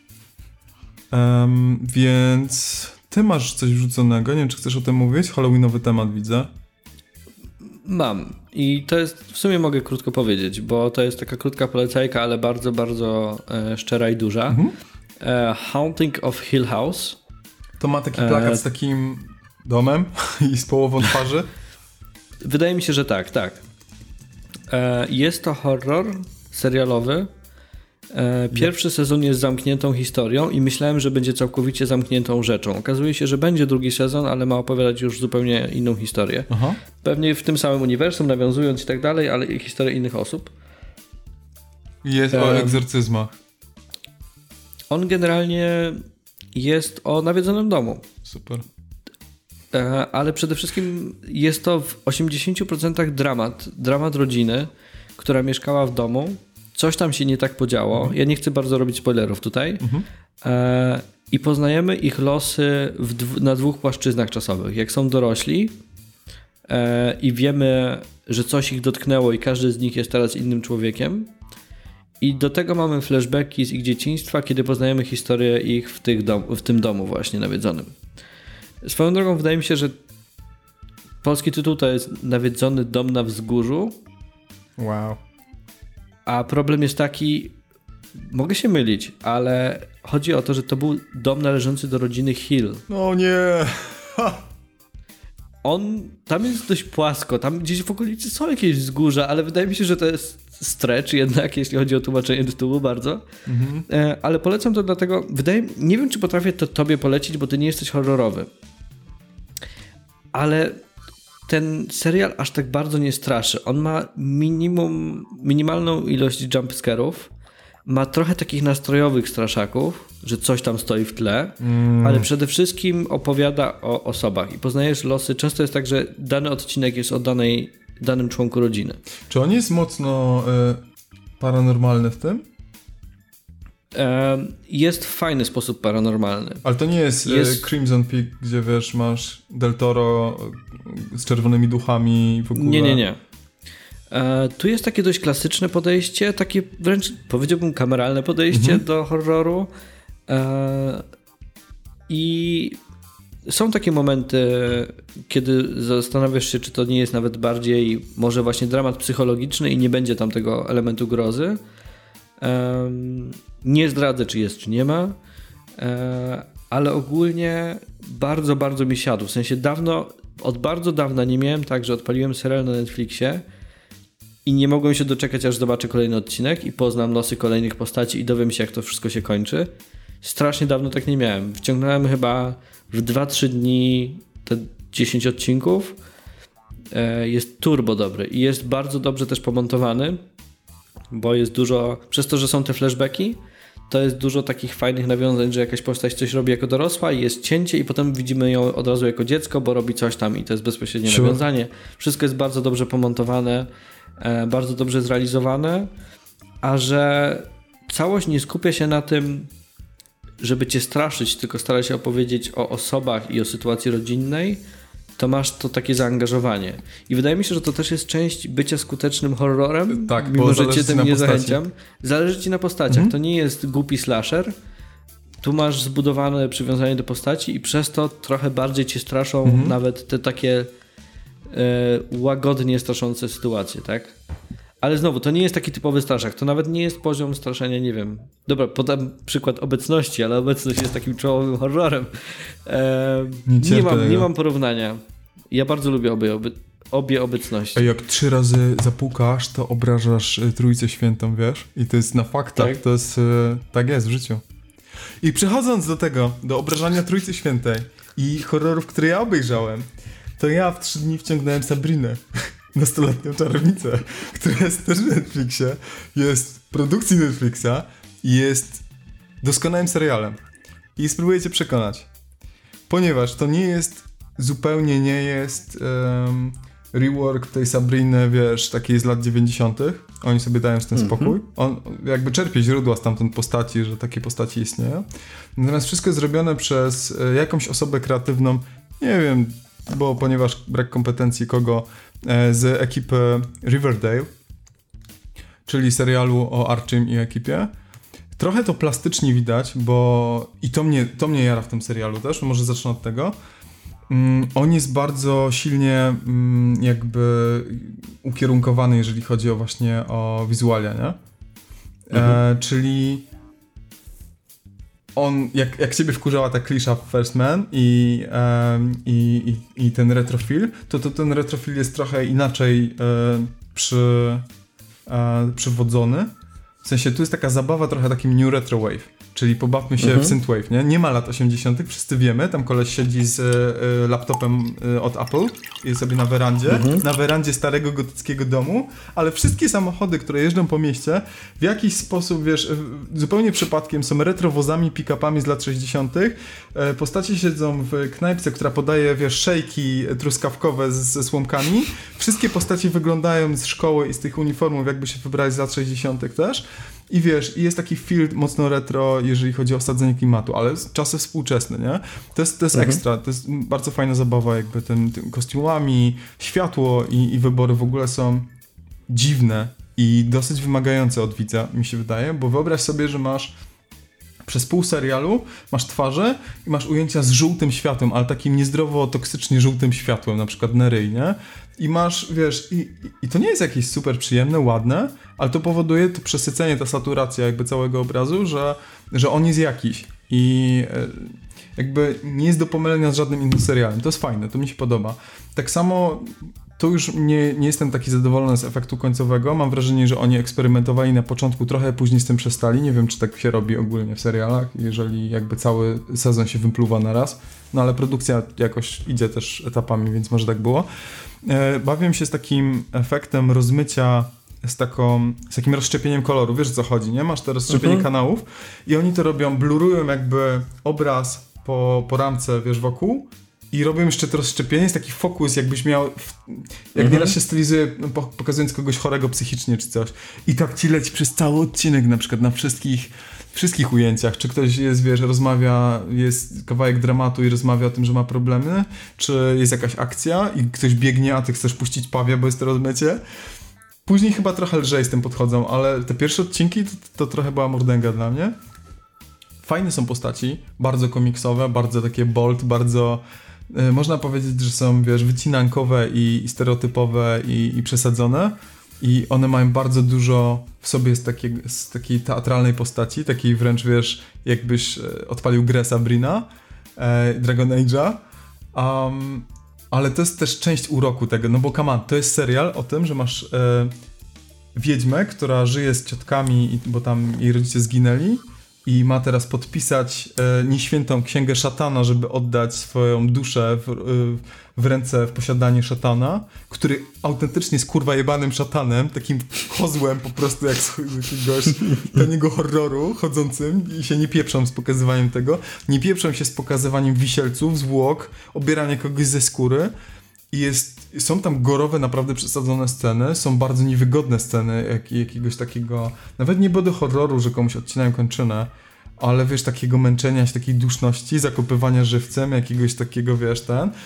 Um, więc ty masz coś wrzuconego. Nie wiem, czy chcesz o tym mówić? Halloweenowy temat widzę. Mam. I to jest, w sumie mogę krótko powiedzieć, bo to jest taka krótka polecajka, ale bardzo, bardzo e, szczera i duża. Mhm. E, Haunting of Hill House. To ma taki plakat e... z takim domem i z połową twarzy? Wydaje mi się, że tak, tak. E, jest to horror serialowy. E, pierwszy sezon jest zamkniętą historią i myślałem, że będzie całkowicie zamkniętą rzeczą. Okazuje się, że będzie drugi sezon, ale ma opowiadać już zupełnie inną historię. Aha. Pewnie w tym samym uniwersum, nawiązując i tak dalej, ale i historię innych osób. Jest e, o egzorcyzmach. On generalnie jest o nawiedzonym domu. Super. E, ale przede wszystkim jest to w osiemdziesiąt procent dramat. Dramat rodziny, która mieszkała w domu. Coś tam się nie tak podziało. Mhm. Ja nie chcę bardzo robić spoilerów tutaj. Mhm. E, I poznajemy ich losy w dw- na dwóch płaszczyznach czasowych. Jak są dorośli e, i wiemy, że coś ich dotknęło i każdy z nich jest teraz innym człowiekiem. I do tego mamy flashbacki z ich dzieciństwa, kiedy poznajemy historię ich w, tych dom- w tym domu właśnie nawiedzonym. Swoją drogą wydaje mi się, że polski tytuł to jest Nawiedzony dom na wzgórzu. Wow. A problem jest taki, mogę się mylić, ale chodzi o to, że to był dom należący do rodziny Hill. No nie. Ha. On, tam jest dość płasko, tam gdzieś w okolicy są jakieś wzgórza, ale wydaje mi się, że to jest stretch jednak, jeśli chodzi o tłumaczenie tytułu bardzo. Mhm. E, ale polecam to dlatego, wydaje, nie wiem, czy potrafię to tobie polecić, bo ty nie jesteś horrorowy. Ale ten serial aż tak bardzo nie straszy. On ma minimum, minimalną ilość jumpscare'ów, ma trochę takich nastrojowych straszaków, że coś tam stoi w tle, mm. ale przede wszystkim opowiada o osobach i poznajesz losy. Często jest tak, że dany odcinek jest o danej, danym członku rodziny. Czy on jest mocno y, paranormalny w tym? Jest w fajny sposób paranormalny. Ale to nie jest, jest... Crimson Peak, gdzie wiesz, masz Del Toro z czerwonymi duchami i w ogóle... Nie, nie, nie. E, tu jest takie dość klasyczne podejście, takie wręcz powiedziałbym kameralne podejście mhm. do horroru. E, I są takie momenty, kiedy zastanawiasz się, czy to nie jest nawet bardziej może właśnie dramat psychologiczny i nie będzie tam tego elementu grozy. Um, nie zdradzę, czy jest, czy nie ma, um, ale ogólnie bardzo, bardzo mi siadł. W sensie dawno, od bardzo dawna nie miałem tak, że odpaliłem serial na Netflixie i nie mogłem się doczekać, aż zobaczę kolejny odcinek i poznam losy kolejnych postaci i dowiem się, jak to wszystko się kończy. Strasznie dawno tak nie miałem. Wciągnąłem chyba w dwa trzy dni te dziesięć odcinków. E, jest turbo dobry i jest bardzo dobrze też pomontowany. Bo jest dużo, przez to, że są te flashbacki, to jest dużo takich fajnych nawiązań, że jakaś postać coś robi jako dorosła i jest cięcie i potem widzimy ją od razu jako dziecko, bo robi coś tam i to jest bezpośrednie sure. nawiązanie. Wszystko jest bardzo dobrze pomontowane, e, bardzo dobrze zrealizowane, a że całość nie skupia się na tym, żeby cię straszyć, tylko stara się opowiedzieć o osobach i o sytuacji rodzinnej, to masz to takie zaangażowanie. I wydaje mi się, że to też jest część bycia skutecznym horrorem, tak, mimo że cię tym nie postaci. zachęcam. Zależy ci na postaciach. Mhm. To nie jest głupi slasher. Tu masz zbudowane przywiązanie do postaci i przez to trochę bardziej cię straszą mhm. nawet te takie e, łagodnie straszące sytuacje, tak? Ale znowu, to nie jest taki typowy straszak. To nawet nie jest poziom straszenia, nie wiem. Dobra, podam przykład obecności, ale obecność jest takim czołowym horrorem. E, nie, nie, mam, nie mam porównania. Ja bardzo lubię obie, obie, obie obecności. A jak trzy razy zapukasz, to obrażasz Trójcę Świętą, wiesz? I to jest na faktach. Tak? To jest, tak jest w życiu. I przechodząc do tego, do obrażania Trójcy Świętej i horrorów, które ja obejrzałem, to ja w trzy dni wciągnąłem Sabrinę. Nastoletnią czarownicę, która jest też w Netflixie, jest w produkcji Netflixa i jest doskonałym serialem. I spróbuję cię przekonać. Ponieważ to nie jest, zupełnie nie jest um, rework tej Sabriny, wiesz, takiej z lat dziewięćdziesiątych. Oni sobie dają z tym mm-hmm. spokój. On jakby czerpie źródła stamtąd postaci, że takie postaci istnieją. Natomiast wszystko jest zrobione przez jakąś osobę kreatywną, nie wiem, bo ponieważ brak kompetencji kogo, z ekipy Riverdale, czyli serialu o Archim i ekipie. Trochę to plastycznie widać, bo i to mnie, to mnie jara w tym serialu też, może zacznę od tego. Um, on jest bardzo silnie um, jakby ukierunkowany, jeżeli chodzi o właśnie o wizualia, nie? Mhm. E, czyli on, jak, jak ciebie wkurzała ta klisza First Man i, um, i, i, i ten retrofil, to, to ten retrofil jest trochę inaczej e, przy, e, przywodzony. W sensie tu jest taka zabawa trochę takim new retro wave, czyli pobawmy się mhm. w synthwave, nie? Nie ma lat osiemdziesiątych, wszyscy wiemy, tam koleś siedzi z y, laptopem y, od Apple i sobie na werandzie, mhm. na werandzie starego gotyckiego domu, ale wszystkie samochody, które jeżdżą po mieście, w jakiś sposób, wiesz, y, zupełnie przypadkiem są retrowozami, pick-upami z lat sześćdziesiątych. Y, postacie siedzą w knajpce, która podaje, wiesz, szejki truskawkowe z, ze słomkami. Wszystkie postacie wyglądają z szkoły i z tych uniformów, jakby się wybrać z lat sześćdziesiątych też. I wiesz, i jest taki feel mocno retro, jeżeli chodzi o osadzenie klimatu, ale czasy współczesne, nie? To jest, to jest mhm. ekstra, to jest bardzo fajna zabawa jakby tym, tym kostiumami, światło i, i wybory w ogóle są dziwne i dosyć wymagające od widza, mi się wydaje, bo wyobraź sobie, że masz przez pół serialu masz twarze i masz ujęcia z żółtym światłem, ale takim niezdrowo, toksycznie żółtym światłem, na przykład na ryj, nie? I masz, wiesz, i, i to nie jest jakieś super przyjemne, ładne, ale to powoduje to przesycenie, ta saturacja jakby całego obrazu, że, że on jest jakiś i e, jakby nie jest do pomylenia z żadnym innym serialem. To jest fajne, to mi się podoba. Tak samo to już nie, nie jestem taki zadowolony z efektu końcowego. Mam wrażenie, że oni eksperymentowali na początku, trochę później z tym przestali. Nie wiem, czy tak się robi ogólnie w serialach, jeżeli jakby cały sezon się wypluwa na raz. No ale produkcja jakoś idzie też etapami, więc może tak było. E, bawię się z takim efektem rozmycia, z, taką, z takim rozszczepieniem koloru. Wiesz, o co chodzi, nie? Masz to rozszczepienie mhm. kanałów i oni to robią, blurują jakby obraz po, po ramce, wiesz, wokół. I robią jeszcze to rozszczepienie, jest taki fokus, jakbyś miał, jak mhm. nieraz się stylizuje, pokazując kogoś chorego psychicznie czy coś. I tak ci leci przez cały odcinek, na przykład na wszystkich, wszystkich ujęciach. Czy ktoś jest, wiesz, rozmawia, jest kawałek dramatu i rozmawia o tym, że ma problemy, czy jest jakaś akcja i ktoś biegnie, a ty chcesz puścić pawia, bo jest to rozmycie. Później chyba trochę lżej z tym podchodzą, ale te pierwsze odcinki to, to trochę była mordęga dla mnie. Fajne są postaci, bardzo komiksowe, bardzo takie bold, bardzo... Można powiedzieć, że są, wiesz, wycinankowe i, i stereotypowe i, i przesadzone i one mają bardzo dużo w sobie z, takiej, z takiej teatralnej postaci, takiej wręcz, wiesz, jakbyś odpalił grę Sabrina, e, Dragon Age'a, um, ale to jest też część uroku tego, no bo come on, to jest serial o tym, że masz e, wiedźmę, która żyje z ciotkami, bo tam jej rodzice zginęli, i ma teraz podpisać e, nieświętą księgę szatana, żeby oddać swoją duszę w, w ręce, w posiadanie szatana, który autentycznie jest kurwa jebanym szatanem, takim kozłem po prostu jak z jakiegoś taniego horroru chodzącym i się nie pieprzą z pokazywaniem tego, nie pieprzą się z pokazywaniem wisielców, zwłok, obierania kogoś ze skóry. I jest, są tam gorowe, naprawdę przesadzone sceny, są bardzo niewygodne sceny jak, jakiegoś takiego, nawet nie było do horroru, że komuś odcinają kończynę, ale wiesz, takiego męczenia się, takiej duszności, zakopywania żywcem, jakiegoś takiego, wiesz, ten.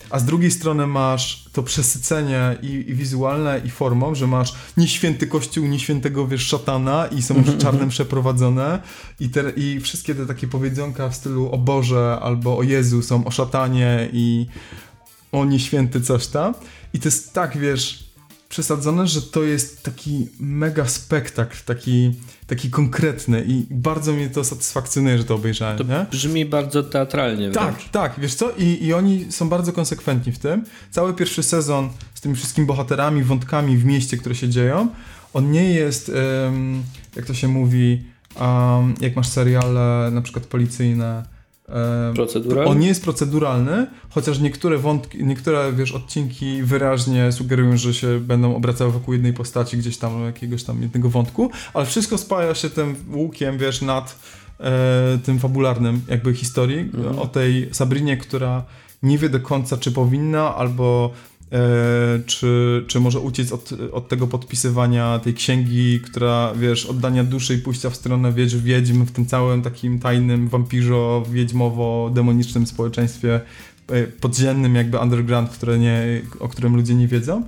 a z drugiej strony masz to przesycenie i, i wizualne, i formą, że masz nieświęty kościół, nieświętego, wiesz, szatana i są już czarne msze prowadzone i, te, i wszystkie te takie powiedzonka w stylu o Boże albo o Jezu są o szatanie i o nieświęty coś tam. I to jest tak, wiesz, przesadzone, że to jest taki mega spektakl, taki, taki konkretny i bardzo mnie to satysfakcjonuje, że to obejrzałem, to nie? Brzmi bardzo teatralnie. Tak, wręcz. tak, wiesz co? I, I oni są bardzo konsekwentni w tym. Cały pierwszy sezon z tymi wszystkimi bohaterami, wątkami w mieście, które się dzieją, on nie jest, um, jak to się mówi, um, jak masz seriale na przykład policyjne, Proceduralny? On nie jest proceduralny, chociaż niektóre wątki, niektóre, wiesz, odcinki wyraźnie sugerują, że się będą obracały wokół jednej postaci, gdzieś tam, jakiegoś tam jednego wątku, ale wszystko spaja się tym łukiem, wiesz, nad e, tym fabularnym jakby historii mhm. o tej Sabrinie, która nie wie do końca, czy powinna, albo E, czy, czy może uciec od, od tego podpisywania tej księgi, która, wiesz, oddania duszy i pójścia w stronę wiedź, wiedźm w tym całym takim tajnym, wampirzo, wiedźmowo-demonicznym społeczeństwie e, podziemnym, jakby underground, które nie, o którym ludzie nie wiedzą.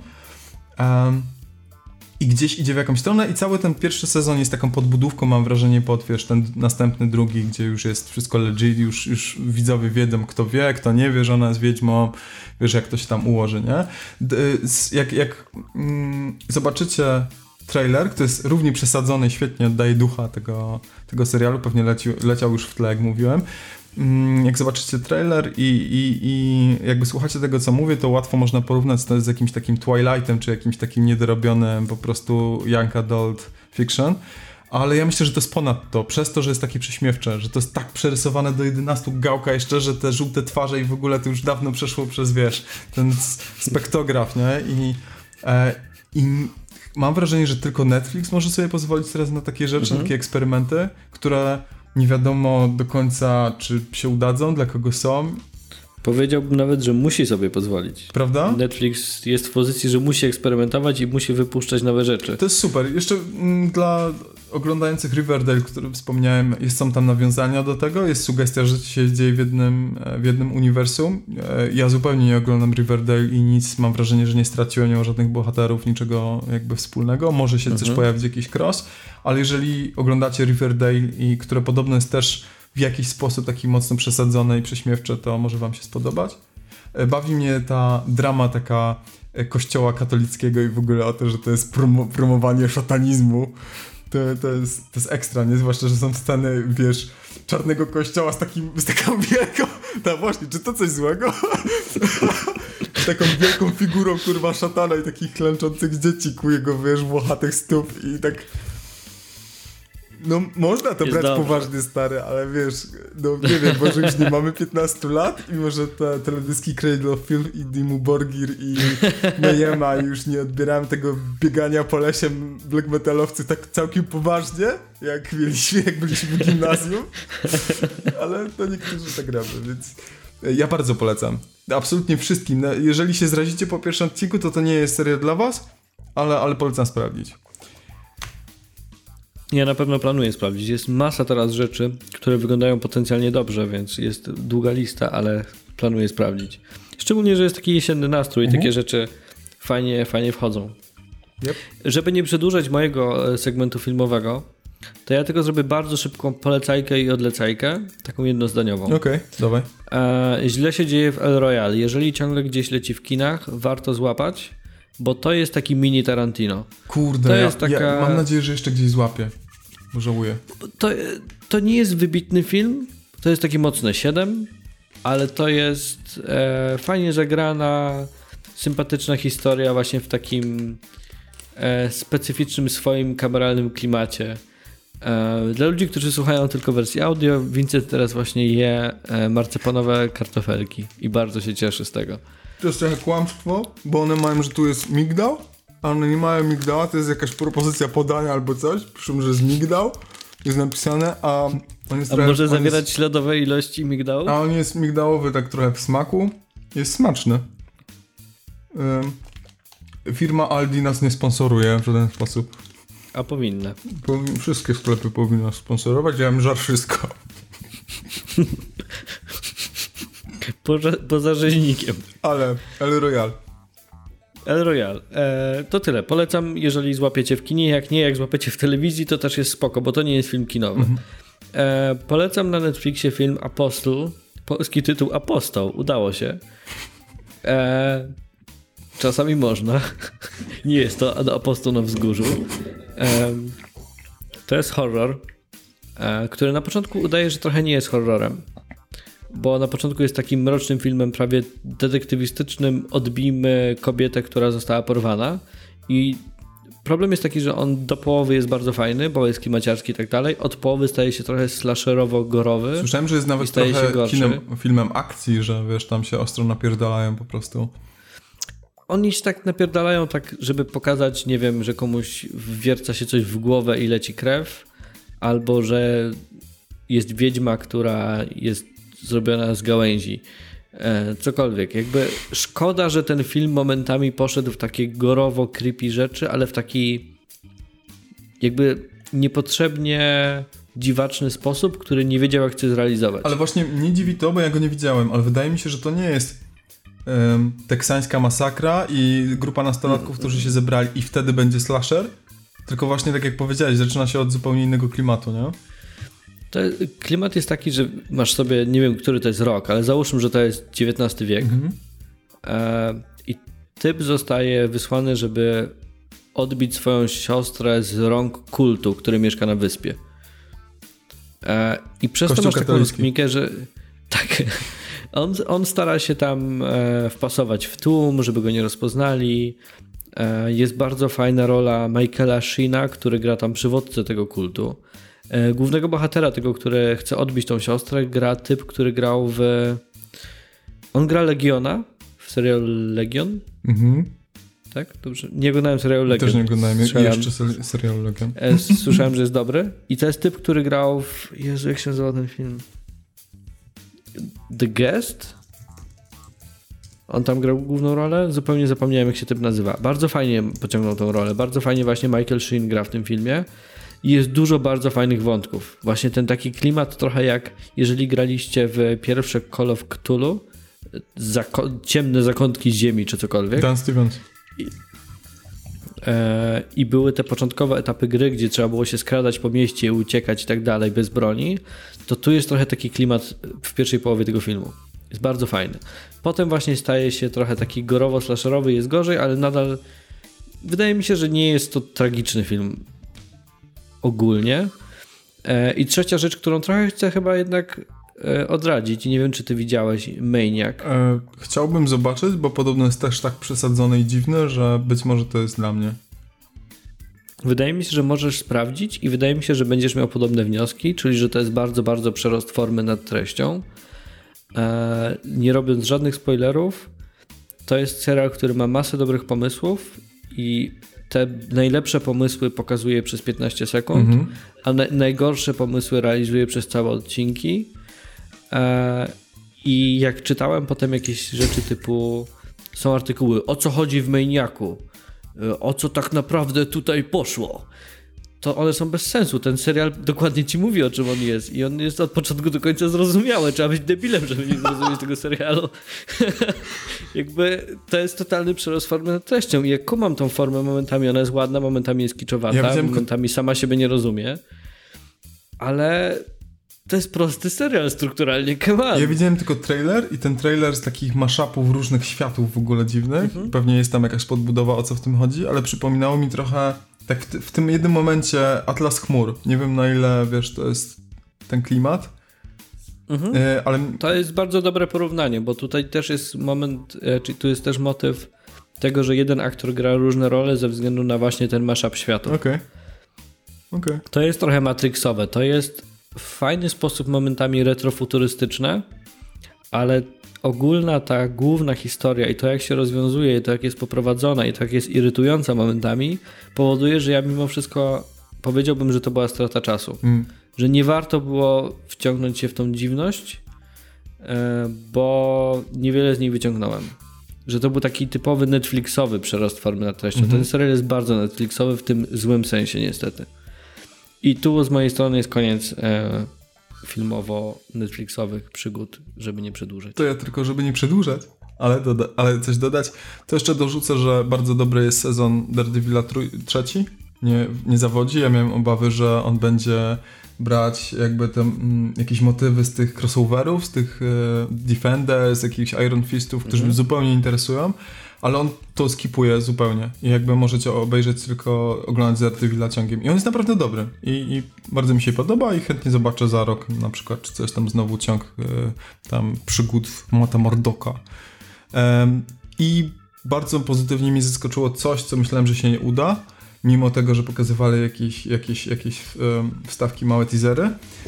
Um, I gdzieś idzie w jakąś stronę i cały ten pierwszy sezon jest taką podbudówką, mam wrażenie, pod, wiesz, ten następny, drugi, gdzie już jest wszystko legit, już, już widzowie wiedzą, kto wie, kto nie wie, że ona jest wiedźmą, wiesz, jak to się tam ułoży, nie? Jak, jak mm, zobaczycie trailer, który jest równie przesadzony, świetnie oddaje ducha tego, tego serialu, pewnie leci, leciał już w tle, jak mówiłem. Jak zobaczycie trailer i, i, i jakby słuchacie tego, co mówię, to łatwo można porównać to z jakimś takim Twilightem, czy jakimś takim niedorobionym po prostu young adult fiction, ale ja myślę, że to jest ponad to, przez to, że jest takie prześmiewcze, że to jest tak przerysowane do jedenastu gałka jeszcze, że te żółte twarze i w ogóle to już dawno przeszło przez, wiesz, ten spektograf, nie? I, e, i mam wrażenie, że tylko Netflix może sobie pozwolić teraz na takie rzeczy, mhm. takie eksperymenty, które nie wiadomo do końca, czy się udadzą, dla kogo są. Powiedziałbym nawet, że musi sobie pozwolić. Prawda? Netflix jest w pozycji, że musi eksperymentować i musi wypuszczać nowe rzeczy. To jest super. Jeszcze m, dla oglądających Riverdale, o którym wspomniałem, jest, są tam nawiązania do tego. Jest sugestia, że się dzieje w jednym, w jednym uniwersum. Ja zupełnie nie oglądam Riverdale i nic, mam wrażenie, że nie straciłem, nie ma żadnych bohaterów, niczego jakby wspólnego. Może się mhm. też pojawić jakiś cross, ale jeżeli oglądacie Riverdale, i które podobno jest też w jakiś sposób taki mocno przesadzone i prześmiewcze, to może wam się spodobać. Bawi mnie ta drama taka kościoła katolickiego i w ogóle o to, że to jest promo- promowanie szatanizmu. To, to, jest, to jest ekstra, nie? Zwłaszcza, że są sceny, wiesz, czarnego kościoła z, takim, z taką wielką... No właśnie, czy to coś złego? Z taką wielką figurą, kurwa, szatana i takich klęczących dzieci ku jego, wiesz, włochatych stóp i tak... No można to jest brać dobrze. poważnie, stary, ale wiesz, no nie wiem, może już nie mamy piętnastu lat i może te teledyski Cradle of Filth i Dimmu Borgir i Mayema już nie odbierałem tego biegania po lesie black metalowcy tak całkiem poważnie, jak mieliśmy, jak byliśmy w gimnazjum, ale to niektórzy tak robią, więc ja bardzo polecam. Absolutnie wszystkim. Jeżeli się zrazicie po pierwszym odcinku, to to nie jest serial dla was, ale, ale polecam sprawdzić. Ja na pewno planuję sprawdzić. Jest masa teraz rzeczy, które wyglądają potencjalnie dobrze, więc jest długa lista, ale planuję sprawdzić. Szczególnie, że jest taki jesienny nastrój i mhm. takie rzeczy fajnie, fajnie wchodzą. Yep. Żeby nie przedłużać mojego segmentu filmowego, to ja tylko zrobię bardzo szybką polecajkę i odlecajkę, taką jednozdaniową. Okej, okay, dawaj. E, źle się dzieje w El Royale. Jeżeli ciągle gdzieś leci w kinach, warto złapać, bo to jest taki mini Tarantino. Kurde, to ja, jest taka... ja mam nadzieję, że jeszcze gdzieś złapię. Bo żałuję. To, to nie jest wybitny film, to jest taki mocne siedem, ale to jest e, fajnie zagrana, sympatyczna historia właśnie w takim e, specyficznym swoim kameralnym klimacie. E, dla ludzi, którzy słuchają tylko wersji audio, Vincent teraz właśnie je e, marceponowe kartofelki i bardzo się cieszy z tego. To jest trochę kłamstwo, bo one mają, że tu jest migdał, a one nie mają migdała, to jest jakaś propozycja podania albo coś, piszą, że jest migdał, jest napisane, a on jest A trochę, może on zawierać jest, śladowe ilości migdału? A on jest migdałowy tak trochę w smaku, jest smaczny. Ym, firma Aldi nas nie sponsoruje w żaden sposób. A powinna. Powin- wszystkie sklepy powinny nas sponsorować, ja bym żar wszystko. poza, poza rzeźnikiem. Ale El Royale. El Royale. E, to tyle. Polecam, jeżeli złapiecie w kinie. Jak nie, jak złapiecie w telewizji, to też jest spoko, bo to nie jest film kinowy. Mhm. E, polecam na Netflixie film Apostle. Polski tytuł Apostoł. Udało się. E, czasami można. Nie jest to Apostoł na wzgórzu. E, to jest horror, e, który na początku udaje, że trochę nie jest horrorem. Bo na początku jest takim mrocznym filmem, prawie detektywistycznym. Odbijmy kobietę, która została porwana. I problem jest taki, że on do połowy jest bardzo fajny, bo jest klimaciarski i tak dalej. Od połowy staje się trochę slasherowo-gorowy. Słyszałem, że jest nawet trochę kinem, filmem akcji, że wiesz, tam się ostro napierdalają po prostu. Oni się tak napierdalają, tak żeby pokazać, nie wiem, że komuś wwierca się coś w głowę i leci krew. Albo, że jest wiedźma, która jest zrobiona z gałęzi. E, cokolwiek. Jakby szkoda, że ten film momentami poszedł w takie gorowo creepy rzeczy, ale w taki jakby niepotrzebnie dziwaczny sposób, który nie wiedział, jak chce zrealizować. Ale właśnie mnie dziwi to, bo ja go nie widziałem, ale wydaje mi się, że to nie jest um, teksańska masakra i grupa nastolatków, którzy się zebrali i wtedy będzie slasher, tylko właśnie tak jak powiedziałeś, zaczyna się od zupełnie innego klimatu, nie? To, klimat jest taki, że masz sobie, nie wiem, który to jest rok, ale załóżmy, że to jest dziewiętnasty wiek. Mhm. E, I typ zostaje wysłany, żeby odbić swoją siostrę z rąk kultu, który mieszka na wyspie. E, I przez Kościół to masz katolicki. Taką rozkminkę, że tak, on, on stara się tam e, wpasować w tłum, żeby go nie rozpoznali. E, jest bardzo fajna rola Michaela Sheena, który gra tam przywódcę tego kultu. Głównego bohatera, tego, który chce odbić tą siostrę, gra typ, który grał w... On gra Legiona w serialu Legion. Mhm. Tak? Dobrze. Nie oglądałem serialu Legion. Też nie oglądałem jeszcze serialu Legion. Słyszałem, że jest dobry. I to jest typ, który grał w... Jezu, jak się nazywa ten film? The Guest? On tam grał główną rolę? Zupełnie zapomniałem, jak się typ nazywa. Bardzo fajnie pociągnął tą rolę. Bardzo fajnie właśnie Michael Sheen gra w tym filmie. I jest dużo bardzo fajnych wątków. Właśnie ten taki klimat trochę jak jeżeli graliście w pierwsze Call of Cthulhu, zako- ciemne zakątki ziemi czy cokolwiek. Dan Stevens. I, e, I były te początkowe etapy gry, gdzie trzeba było się skradać po mieście, uciekać i tak dalej bez broni, to tu jest trochę taki klimat w pierwszej połowie tego filmu. Jest bardzo fajny. Potem właśnie staje się trochę taki gorowo-slasherowy, jest gorzej, ale nadal wydaje mi się, że nie jest to tragiczny film ogólnie. E, I trzecia rzecz, którą trochę chcę chyba jednak e, odradzić i nie wiem, czy ty widziałeś Maniac. E, chciałbym zobaczyć, bo podobno jest też tak przesadzone i dziwne, że być może to jest dla mnie. Wydaje mi się, że możesz sprawdzić i wydaje mi się, że będziesz miał podobne wnioski, czyli że to jest bardzo, bardzo przerost formy nad treścią. E, nie robiąc żadnych spoilerów, to jest serial, który ma masę dobrych pomysłów i te najlepsze pomysły pokazuje przez piętnaście sekund, mm-hmm. a na, najgorsze pomysły realizuje przez całe odcinki. E, I jak czytałem potem jakieś rzeczy typu, są artykuły, o co chodzi w Maniacu, e, o co tak naprawdę tutaj poszło, to one są bez sensu. Ten serial dokładnie ci mówi, o czym on jest i on jest od początku do końca zrozumiały. Trzeba być debilem, żeby nie zrozumieć tego serialu. Jakby to jest totalny przerost formy nad treścią i jak kumam tą formę, momentami ona jest ładna, momentami jest kiczowata, ja momentami sama siebie nie rozumie, ale to jest prosty serial strukturalnie, come on. Ja widziałem tylko trailer i ten trailer z takich mashupów różnych światów w ogóle dziwnych. Mhm. Pewnie jest tam jakaś podbudowa, o co w tym chodzi, ale przypominało mi trochę tak w, w tym jednym momencie Atlas Chmur. Nie wiem, na ile, wiesz, to jest ten klimat. Mhm. E, ale... To jest bardzo dobre porównanie, bo tutaj też jest moment, e, czyli tu jest też motyw tego, że jeden aktor gra różne role ze względu na właśnie ten mashup światów. Okej. Okay. Okay. To jest trochę matrixowe. To jest w fajny sposób momentami retrofuturystyczne, ale ogólna ta główna historia i to, jak się rozwiązuje, i to, jak jest poprowadzona, i to, jak jest irytująca momentami, powoduje, że ja mimo wszystko powiedziałbym, że to była strata czasu. Mm. Że nie warto było wciągnąć się w tą dziwność, bo niewiele z niej wyciągnąłem. Że to był taki typowy Netflixowy przerost formy nad treścią. Mm-hmm. Ten serial jest bardzo Netflixowy w tym złym sensie niestety. I tu z mojej strony jest koniec e, filmowo-netflixowych przygód, żeby nie przedłużać. To ja tylko, żeby nie przedłużać, ale, doda- ale coś dodać, to jeszcze dorzucę, że bardzo dobry jest sezon Daredevila tr- trzeci, nie, nie zawodzi. Ja miałem obawy, że on będzie brać jakby te mm, jakieś motywy z tych crossoverów, z tych e, Defenders, jakichś Iron Fistów, którzy Mhm. mnie zupełnie interesują, ale on to skipuje zupełnie i jakby możecie obejrzeć tylko oglądać Daredevila ciągiem. I on jest naprawdę dobry i, i bardzo mi się podoba i chętnie zobaczę za rok na przykład, czy coś tam znowu ciąg e, tam przygód Mata Murdoka. Um, I bardzo pozytywnie mnie zaskoczyło coś, co myślałem, że się nie uda, mimo tego, że pokazywali jakieś, jakieś, jakieś um, wstawki, małe teasery.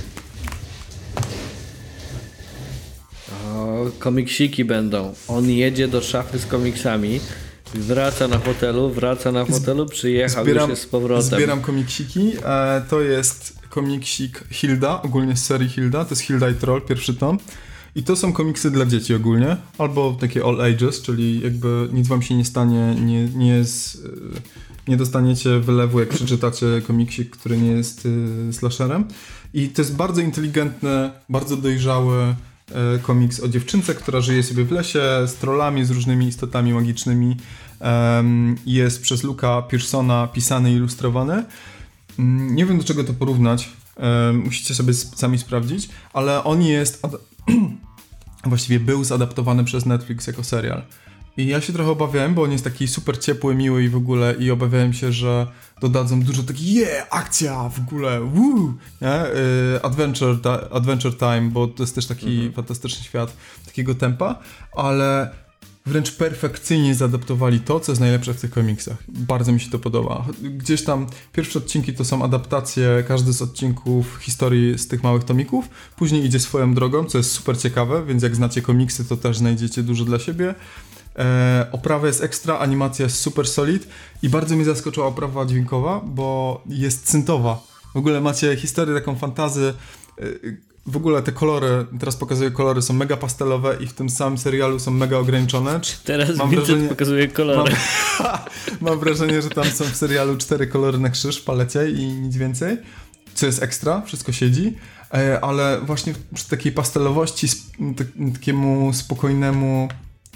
O, komiksiki będą. On jedzie do szafy z komiksami, wraca na hotelu, wraca na hotelu, przyjechał Zbieram, już jest z powrotem. zbieram komiksiki. E, to jest komiksik Hilda, ogólnie z serii Hilda. To jest Hilda i Troll, pierwszy tom. I to są komiksy dla dzieci ogólnie, albo takie all ages, czyli jakby nic wam się nie stanie, nie, nie, jest, nie dostaniecie wylewu, jak przeczytacie komiksik, który nie jest y, slasherem. I to jest bardzo inteligentny, bardzo dojrzały y, komiks o dziewczynce, która żyje sobie w lesie z trollami, z różnymi istotami magicznymi. Um, jest przez Luka Pearsona pisany i ilustrowany. Um, nie wiem, do czego to porównać. Um, musicie sobie sami sprawdzić, ale on jest... Ad- właściwie był zadaptowany przez Netflix jako serial. I ja się trochę obawiałem, bo on jest taki super ciepły, miły i w ogóle i obawiałem się, że dodadzą dużo takich yeah, akcja w ogóle, woo, nie? Y, adventure, ta, adventure time, bo to jest też taki mhm. fantastyczny świat takiego tempa, ale wręcz perfekcyjnie zaadaptowali to, co jest najlepsze w tych komiksach. Bardzo mi się to podoba. Gdzieś tam pierwsze odcinki to są adaptacje, każdy z odcinków historii z tych małych tomików. Później idzie swoją drogą, co jest super ciekawe, więc jak znacie komiksy, to też znajdziecie dużo dla siebie. E, oprawa jest ekstra, animacja jest super solid i bardzo mnie zaskoczyła oprawa dźwiękowa, bo jest syntowa. W ogóle macie historię taką fantazy. E, W ogóle te kolory, teraz pokazuję kolory, są mega pastelowe i w tym samym serialu są mega ograniczone. Teraz mam Vincent wrażenie, pokazuje kolory. Mam, mam wrażenie, że tam są w serialu cztery kolory na krzyż w palecie i nic więcej, co jest ekstra, wszystko siedzi, ale właśnie przy takiej pastelowości, takiemu spokojnemu,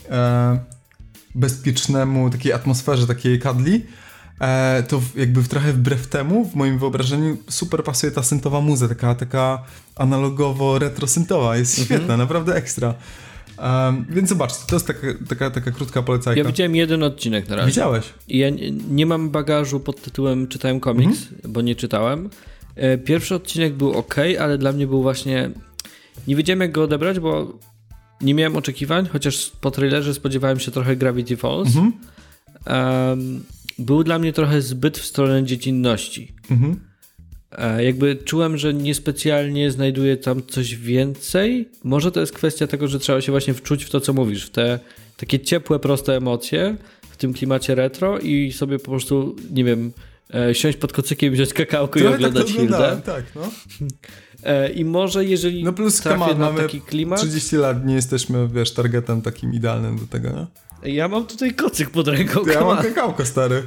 bezpiecznemu, takiej atmosferze, takiej kadli, E, to jakby trochę wbrew temu, w moim wyobrażeniu super pasuje ta syntowa muza, taka, taka analogowo-retro-syntowa, jest mhm. świetna, naprawdę ekstra. Um, więc zobaczcie, to jest taka, taka, taka krótka polecajka. Ja widziałem jeden odcinek na razie. Widziałeś? I ja nie, nie mam bagażu pod tytułem czytałem komiks, mhm. bo nie czytałem. E, pierwszy odcinek był ok, ale dla mnie był właśnie... Nie wiedziałem jak go odebrać, bo nie miałem oczekiwań, chociaż po trailerze spodziewałem się trochę Gravity Falls. Mhm. Um, Był dla mnie trochę zbyt w stronę dziecinności. Mhm. E, jakby czułem, że niespecjalnie znajduję tam coś więcej. Może to jest kwestia tego, że trzeba się właśnie wczuć w to, co mówisz. W te takie ciepłe, proste emocje w tym klimacie retro i sobie po prostu, nie wiem, e, siąść pod kocykiem, wziąć kakałko i oglądać tak Hildę. Tak, no. E, I może jeżeli no plus, trafię on, na mamy taki klimat... trzydzieści lat, nie jesteśmy, wiesz, targetem takim idealnym do tego, no? Ja mam tutaj kocyk pod ręką. Ja mam kakałko, stary.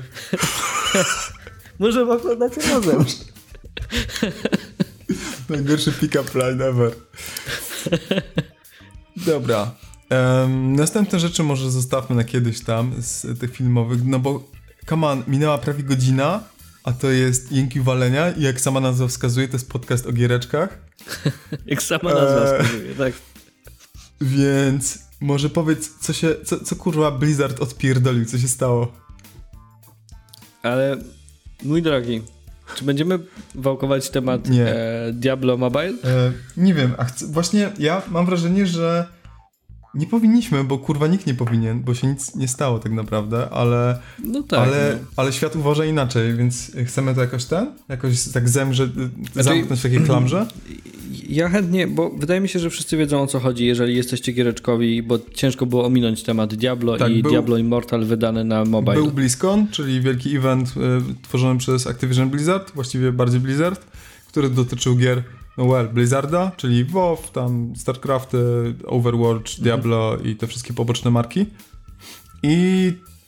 Może oglądacie razem. Najgorszy pick-up line ever. Dobra. Um, następne rzeczy może zostawmy na kiedyś tam z tych filmowych, no bo come on, minęła prawie godzina, a to jest Jęki Walenia i jak sama nazwa wskazuje, to jest podcast o giereczkach. Jak sama nazwa eee, wskazuje, tak. Więc może powiedz, co się, co, co kurwa Blizzard odpierdolił, co się stało? Ale mój drogi, czy będziemy wałkować temat e, Diablo Mobile? E, nie wiem, a chcę, właśnie ja mam wrażenie, że nie powinniśmy, bo kurwa nikt nie powinien, bo się nic nie stało tak naprawdę, ale, no tak, ale, no. ale świat uważa inaczej, więc chcemy to jakoś ten, jakoś tak zemrze, znaczy, zamknąć w takiej klamrze? Ja chętnie, bo wydaje mi się, że wszyscy wiedzą o co chodzi, jeżeli jesteście giereczkowi, bo ciężko było ominąć temat Diablo tak, i był, Diablo Immortal wydane na mobile. Był BlizzCon, czyli wielki event y, tworzony przez Activision Blizzard, właściwie bardziej Blizzard, który dotyczył gier no well, Blizzarda, czyli WoW, tam StarCraft, Overwatch, Diablo mhm. i te wszystkie poboczne marki. I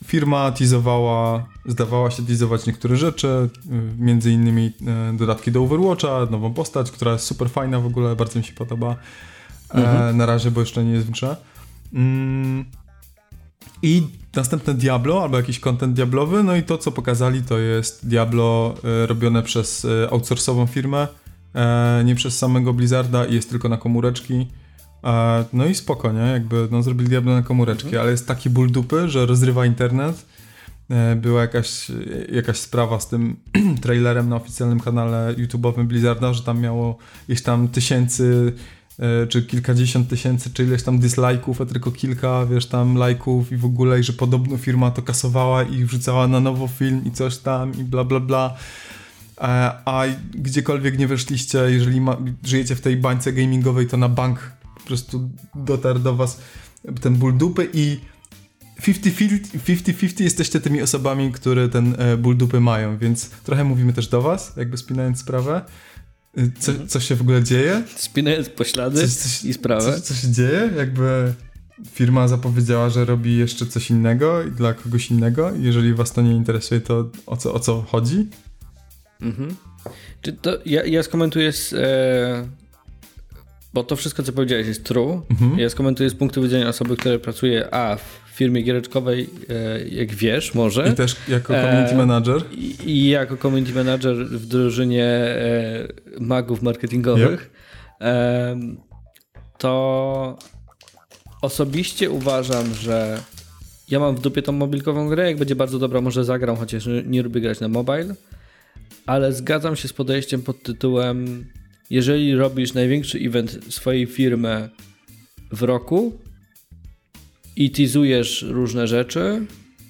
firma teasowała, zdawała się teasować niektóre rzeczy, między innymi dodatki do Overwatcha, nową postać, która jest super fajna w ogóle, bardzo mi się podoba. Mhm. E, na razie, bo jeszcze nie jest w grze. Mm. I następne Diablo, albo jakiś content Diablowy, no i to, co pokazali, to jest Diablo e, robione przez e, outsourcową firmę, e, nie przez samego Blizzarda i jest tylko na komóreczki. E, no i spoko, nie? Jakby, no zrobili Diablo na komóreczki, mhm. ale jest taki ból dupy, że rozrywa internet. E, była jakaś, jakaś sprawa z tym trailerem na oficjalnym kanale YouTube'owym Blizzarda, że tam miało ileś tam tysięcy czy kilkadziesiąt tysięcy, czy ileś tam dislike'ów, a tylko kilka, wiesz, tam lajków i w ogóle, i że podobno firma to kasowała i wrzucała na nowo film i coś tam i bla bla bla. A, a gdziekolwiek nie weszliście, jeżeli ma, żyjecie w tej bańce gamingowej, to na bank po prostu dotarł do was ten ból dupy i pięćdziesiąt pięćdziesiąt jesteście tymi osobami, które ten ból dupy mają, więc trochę mówimy też do was, jakby spinając sprawę. Co, co się w ogóle dzieje? Spinając poślady coś, coś, i sprawę. Co, co się dzieje? Jakby firma zapowiedziała, że robi jeszcze coś innego i dla kogoś innego. Jeżeli was to nie interesuje, to o co, o co chodzi? Mhm. Czy to ja, ja skomentuję z... E, bo to wszystko, co powiedziałeś, jest true. Mhm. Ja skomentuję z punktu widzenia osoby, która pracuje a w firmie giereczkowej, e, jak wiesz, może. I też jako community manager. E, i, I jako community manager w drużynie e, magów marketingowych. Yep. E, to osobiście uważam, że ja mam w dupie tą mobilkową grę. Jak będzie bardzo dobra, może zagram, chociaż nie lubię grać na mobile. Ale zgadzam się z podejściem pod tytułem: jeżeli robisz największy event swojej firmy w roku i teasujesz różne rzeczy,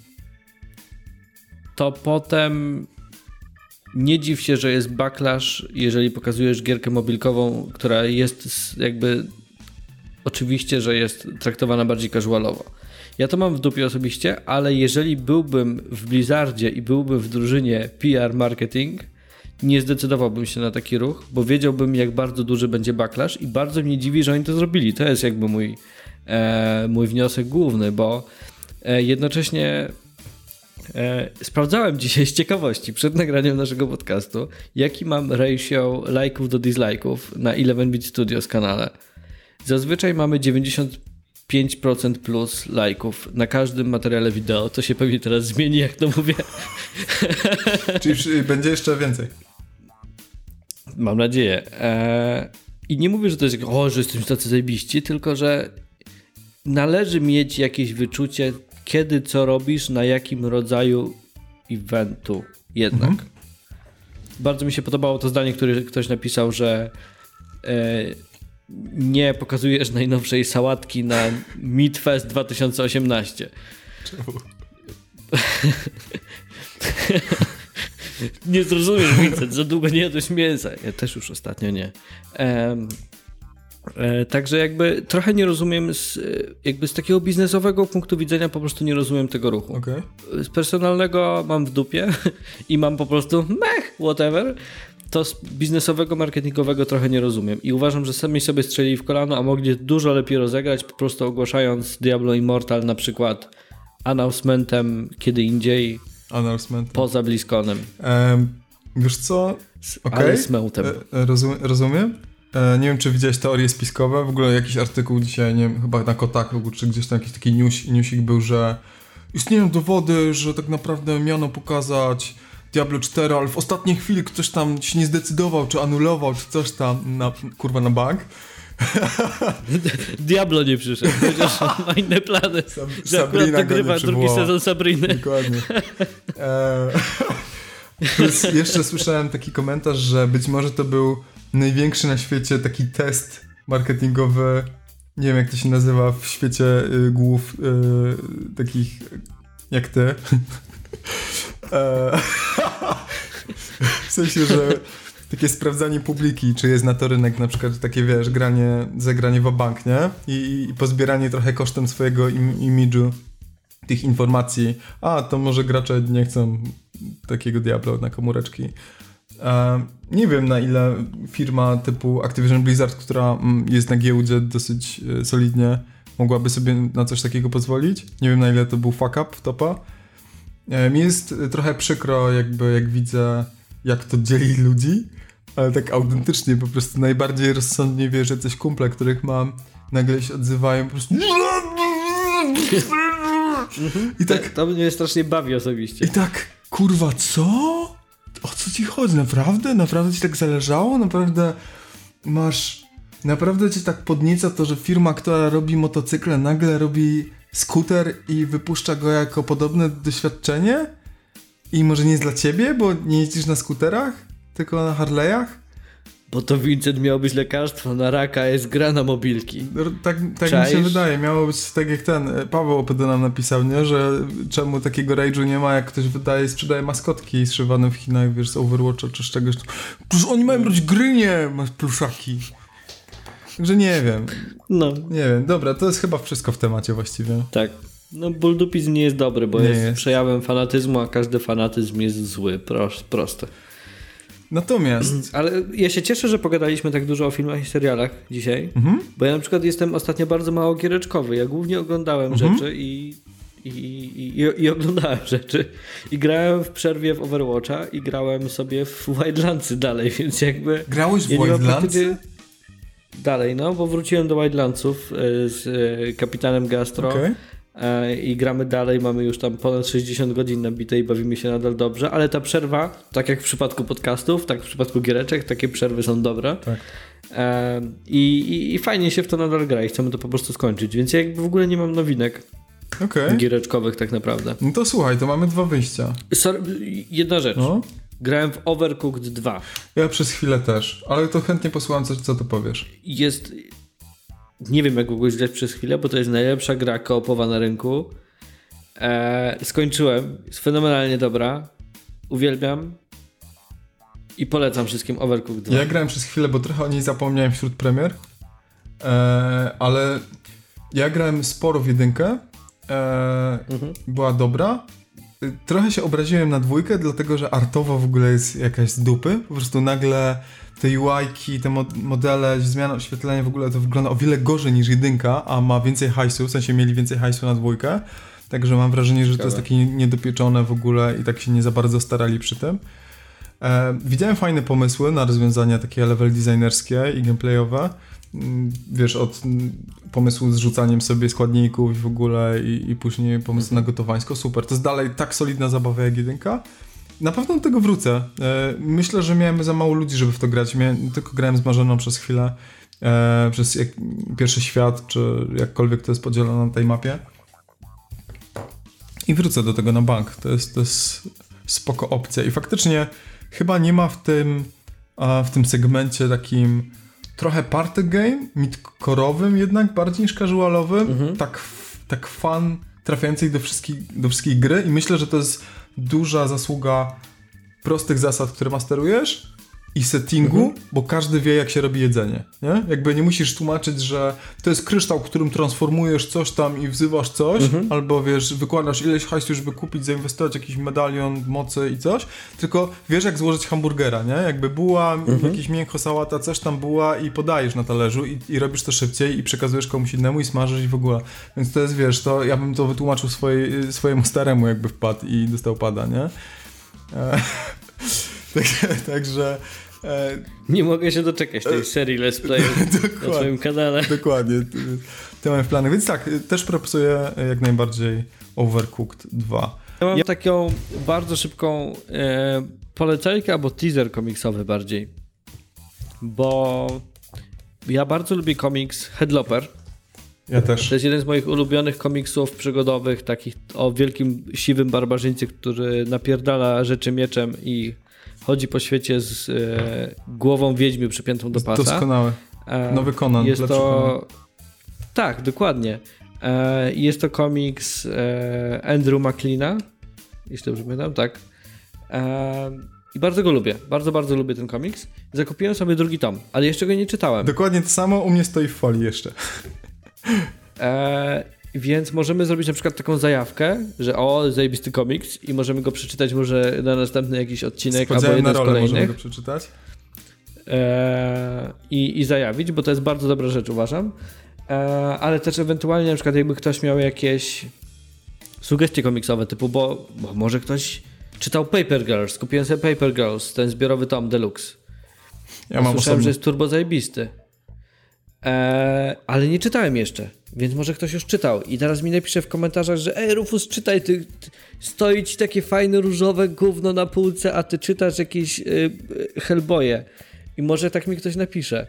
to potem nie dziw się, że jest backlash, jeżeli pokazujesz gierkę mobilkową, która jest jakby oczywiście, że jest traktowana bardziej casualowo. Ja to mam w dupie osobiście, ale jeżeli byłbym w Blizzardzie i byłbym w drużynie P R marketing, nie zdecydowałbym się na taki ruch, bo wiedziałbym, jak bardzo duży będzie backlash i bardzo mnie dziwi, że oni to zrobili. To jest jakby mój, e, mój wniosek główny, bo e, jednocześnie e, sprawdzałem dzisiaj z ciekawości przed nagraniem naszego podcastu, jaki mam ratio lajków do dislike'ów na eleven bit Studios kanale. Zazwyczaj mamy dziewięćdziesiąt pięć procent plus lajków na każdym materiale wideo. To się pewnie teraz zmieni, jak to mówię. Czyli będzie jeszcze więcej. Mam nadzieję. Eee, I nie mówię, że to jest o, że jesteśmy tacy zajebiści, tylko że należy mieć jakieś wyczucie, kiedy co robisz, na jakim rodzaju eventu jednak. Mhm. Bardzo mi się podobało to zdanie, które ktoś napisał, że e, nie pokazujesz najnowszej sałatki na Meatfest dwa tysiące osiemnaście. Czemu? Nie zrozumiesz, Vincent, za długo nie jadłeś mięsa. Ja też już ostatnio nie. Um, e, także jakby trochę nie rozumiem z, jakby z takiego biznesowego punktu widzenia, po prostu nie rozumiem tego ruchu. Okay. Z personalnego mam w dupie i mam po prostu mech, whatever. To z biznesowego, marketingowego trochę nie rozumiem i uważam, że sami sobie strzelili w kolano, a mogli dużo lepiej rozegrać, po prostu ogłaszając Diablo Immortal na przykład announcementem kiedy indziej, announcement poza BlizzConem. Um, wiesz co? Okay. Ale smętem. E, rozum, rozumiem. E, nie wiem, czy widziałeś teorie spiskowe. W ogóle jakiś artykuł dzisiaj, nie wiem, chyba na Kotaku, czy gdzieś tam jakiś taki news, newsik był, że istnieją dowody, że tak naprawdę miano pokazać Diablo cztery, ale w ostatniej chwili ktoś tam się nie zdecydował, czy anulował, czy coś tam, na, kurwa, na bank. Diablo nie przyszedł, chociaż ma inne plany. Sam, że akurat dogrywa drugi sezon Sabriny. Dokładnie. E, plus jeszcze słyszałem taki komentarz, że być może to był największy na świecie taki test marketingowy, nie wiem jak to się nazywa w świecie y, głów y, takich jak ty. e, w sensie, że takie sprawdzanie publiki, czy jest na to rynek, na przykład takie, wiesz, granie, zagranie w bank, nie? I, i pozbieranie trochę kosztem swojego im, imidżu tych informacji. A, to może gracze nie chcą takiego Diablo na komóreczki. E, nie wiem, na ile firma typu Activision Blizzard, która jest na giełdzie dosyć solidnie, mogłaby sobie na coś takiego pozwolić. Nie wiem, na ile to był fuck up w topa. E, mi jest trochę przykro, jakby jak widzę, jak to dzieli ludzi, ale tak autentycznie po prostu najbardziej rozsądnie wiesz, że coś kumple, których mam, nagle się odzywają po prostu i tak... To mnie strasznie bawi osobiście. I tak, kurwa, co? O co ci chodzi? Naprawdę? Naprawdę ci tak zależało? Naprawdę masz... Naprawdę cię tak podnieca to, że firma, która robi motocykle, nagle robi skuter i wypuszcza go jako podobne doświadczenie? I może nie jest dla ciebie, bo nie jeździsz na skuterach, tylko na Harley'ach? Bo to Vincent miał być lekarstwo na raka, jest gra na mobilki. No, tak tak mi się wydaje. Miało być tak jak ten Paweł Opedy nam napisał, nie? Że czemu takiego rage'u nie ma, jak ktoś wydaje, sprzedaje maskotki zszywane w Chinach, wiesz, z Overwatcha czy z czegoś. Przecież oni mają robić gry, nie masz pluszaki. Także nie wiem. No. Nie wiem. Dobra, to jest chyba wszystko w temacie właściwie. Tak. No buldupizm nie jest dobry, bo nie jest, jest przejawem fanatyzmu, a każdy fanatyzm jest zły. Prost, proste. Natomiast... Ale ja się cieszę, że pogadaliśmy tak dużo o filmach i serialach dzisiaj, mhm. bo ja na przykład jestem ostatnio bardzo mało giereczkowy. Ja głównie oglądałem mhm. rzeczy i, i, i, i, i oglądałem rzeczy. I grałem w przerwie w Overwatcha i grałem sobie w Wildlandsy dalej, więc jakby... Grałeś w ja Wildlandsy? Dalej, no, bo wróciłem do Wildlandsów z kapitanem Gastro. Okay. I gramy dalej, mamy już tam ponad sześćdziesiąt godzin nabite i bawimy się nadal dobrze, ale ta przerwa, tak jak w przypadku podcastów, tak w przypadku giereczek, takie przerwy są dobre. Tak. I, i, i fajnie się w to nadal gra i chcemy to po prostu skończyć, więc ja jakby w ogóle nie mam nowinek okay. giereczkowych tak naprawdę. No to słuchaj, to mamy dwa wyjścia. Sorry, jedna rzecz. No? Grałem w Overcooked dwa. Ja przez chwilę też, ale to chętnie posłucham, co, co to powiesz. Jest... Nie wiem, jak mogłeś grać przez chwilę, bo to jest najlepsza gra koopowa na rynku. Eee, skończyłem. Jest fenomenalnie dobra. Uwielbiam. I polecam wszystkim Overcooked dwa. Ja grałem przez chwilę, bo trochę o niej zapomniałem wśród premier. Eee, ale ja grałem sporo w jedynkę. Eee, mhm. Była dobra. Trochę się obraziłem na dwójkę, dlatego że artowo w ogóle jest jakaś z dupy. Po prostu nagle te U I-ki, te mod- modele, zmiana oświetlenia, w ogóle to wygląda o wiele gorzej niż jedynka, a ma więcej hajsu, w sensie mieli więcej hajsu na dwójkę. Także mam wrażenie, że Ciekawe. To jest takie niedopieczone w ogóle i tak się nie za bardzo starali przy tym. E, widziałem fajne pomysły na rozwiązania takie level designerskie i gameplayowe. Wiesz, od pomysłu z rzucaniem sobie składników i w ogóle i, i później pomysł mhm. na gotowańsko. Super. To jest dalej tak solidna zabawa jak jedynka. Na pewno do tego wrócę. E, myślę, że miałem za mało ludzi, żeby w to grać. Miałem, tylko grałem z Marzeną przez chwilę. E, przez jak, pierwszy świat, czy jakkolwiek to jest podzielone na tej mapie. I wrócę do tego na bank. To jest, to jest spoko opcja. I faktycznie chyba nie ma w tym, w tym segmencie takim trochę party game, mid-core'owym jednak, bardziej niż casualowym, mhm. tak, tak fan trafiającej do wszystkich, do wszystkich gry i myślę, że to jest duża zasługa prostych zasad, które masterujesz i settingu, mhm. bo każdy wie, jak się robi jedzenie, nie? Jakby nie musisz tłumaczyć, że to jest kryształ, którym transformujesz coś tam i wzywasz coś, mhm. albo wiesz, wykładasz ileś hajsu, żeby kupić, zainwestować jakiś medalion mocy i coś, tylko wiesz, jak złożyć hamburgera, nie? Jakby buła, mhm. jakieś mięcho, sałata, coś tam buła i podajesz na talerzu i, i robisz to szybciej i przekazujesz komuś innemu i smażysz i w ogóle. Więc to jest, wiesz, to ja bym to wytłumaczył swojej, swojemu staremu, jakby wpadł i dostał pada, nie? E, tak, także e, nie mogę się doczekać tej serii Let's Play na swoim kanale. Dokładnie. To mamy w planach. Więc tak, też propsuję jak najbardziej Overcooked dwa. Ja mam taką bardzo szybką e, polecajkę albo teaser komiksowy bardziej. Bo ja bardzo lubię komiks Headloper. Ja też. To jest jeden z moich ulubionych komiksów przygodowych, takich o wielkim, siwym barbarzyńcy, który napierdala rzeczy mieczem i chodzi po świecie z e, głową wiedźmy przypiętą do pasa. Doskonałe. Nowy Conan. Jest to... Tak, dokładnie. E, jest to komiks e, Andrew McLeana, jeśli dobrze pamiętam, tak. E, I bardzo go lubię. Bardzo, bardzo lubię ten komiks. Zakupiłem sobie drugi tom, ale jeszcze go nie czytałem. Dokładnie to samo, u mnie stoi w folii jeszcze. E, więc możemy zrobić na przykład taką zajawkę, że o, zajebisty komiks i możemy go przeczytać może na następny jakiś odcinek albo jeden na z rolę kolejnych. Możemy go przeczytać. E, i, I zajawić, bo to jest bardzo dobra rzecz, uważam. E, ale też ewentualnie na przykład jakby ktoś miał jakieś sugestie komiksowe typu, bo, bo może ktoś czytał Paper Girls, kupiłem sobie Paper Girls, ten zbiorowy tom Deluxe. Ja mam Słyszałem, osobny. że jest turbo zajebisty. Eee, ale nie czytałem jeszcze, więc może ktoś już czytał i teraz mi napisze w komentarzach, że ej Rufus, czytaj, ty, ty, stoi ci takie fajne różowe gówno na półce, a ty czytasz jakieś y, Hellboye i może tak mi ktoś napisze.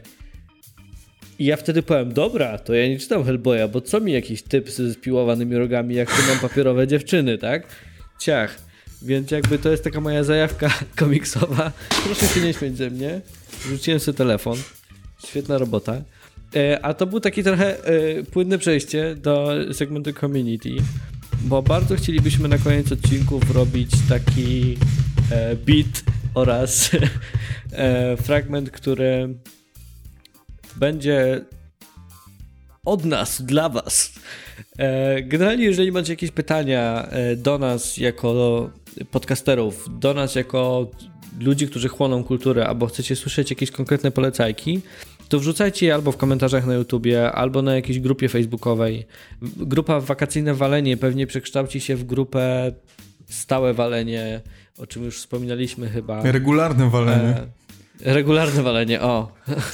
I ja wtedy powiem, dobra, to ja nie czytam Hellboya, bo co mi jakiś typ z spiłowanymi rogami, jak tu mam papierowe dziewczyny, tak? Ciach. Więc jakby to jest taka moja zajawka komiksowa. Proszę się nie śmiać ze mnie. Rzuciłem sobie telefon. Świetna robota. A to był taki trochę płynne przejście do segmentu community, bo bardzo chcielibyśmy na koniec odcinków robić taki beat oraz fragment, który będzie od nas, dla was. Generalnie, jeżeli macie jakieś pytania do nas jako podcasterów, do nas jako ludzi, którzy chłoną kulturę, albo chcecie słyszeć jakieś konkretne polecajki, to wrzucajcie je albo w komentarzach na YouTubie, albo na jakiejś grupie facebookowej. Grupa Wakacyjne Walenie pewnie przekształci się w grupę Stałe Walenie, o czym już wspominaliśmy chyba. Regularne walenie. E, regularne walenie, o.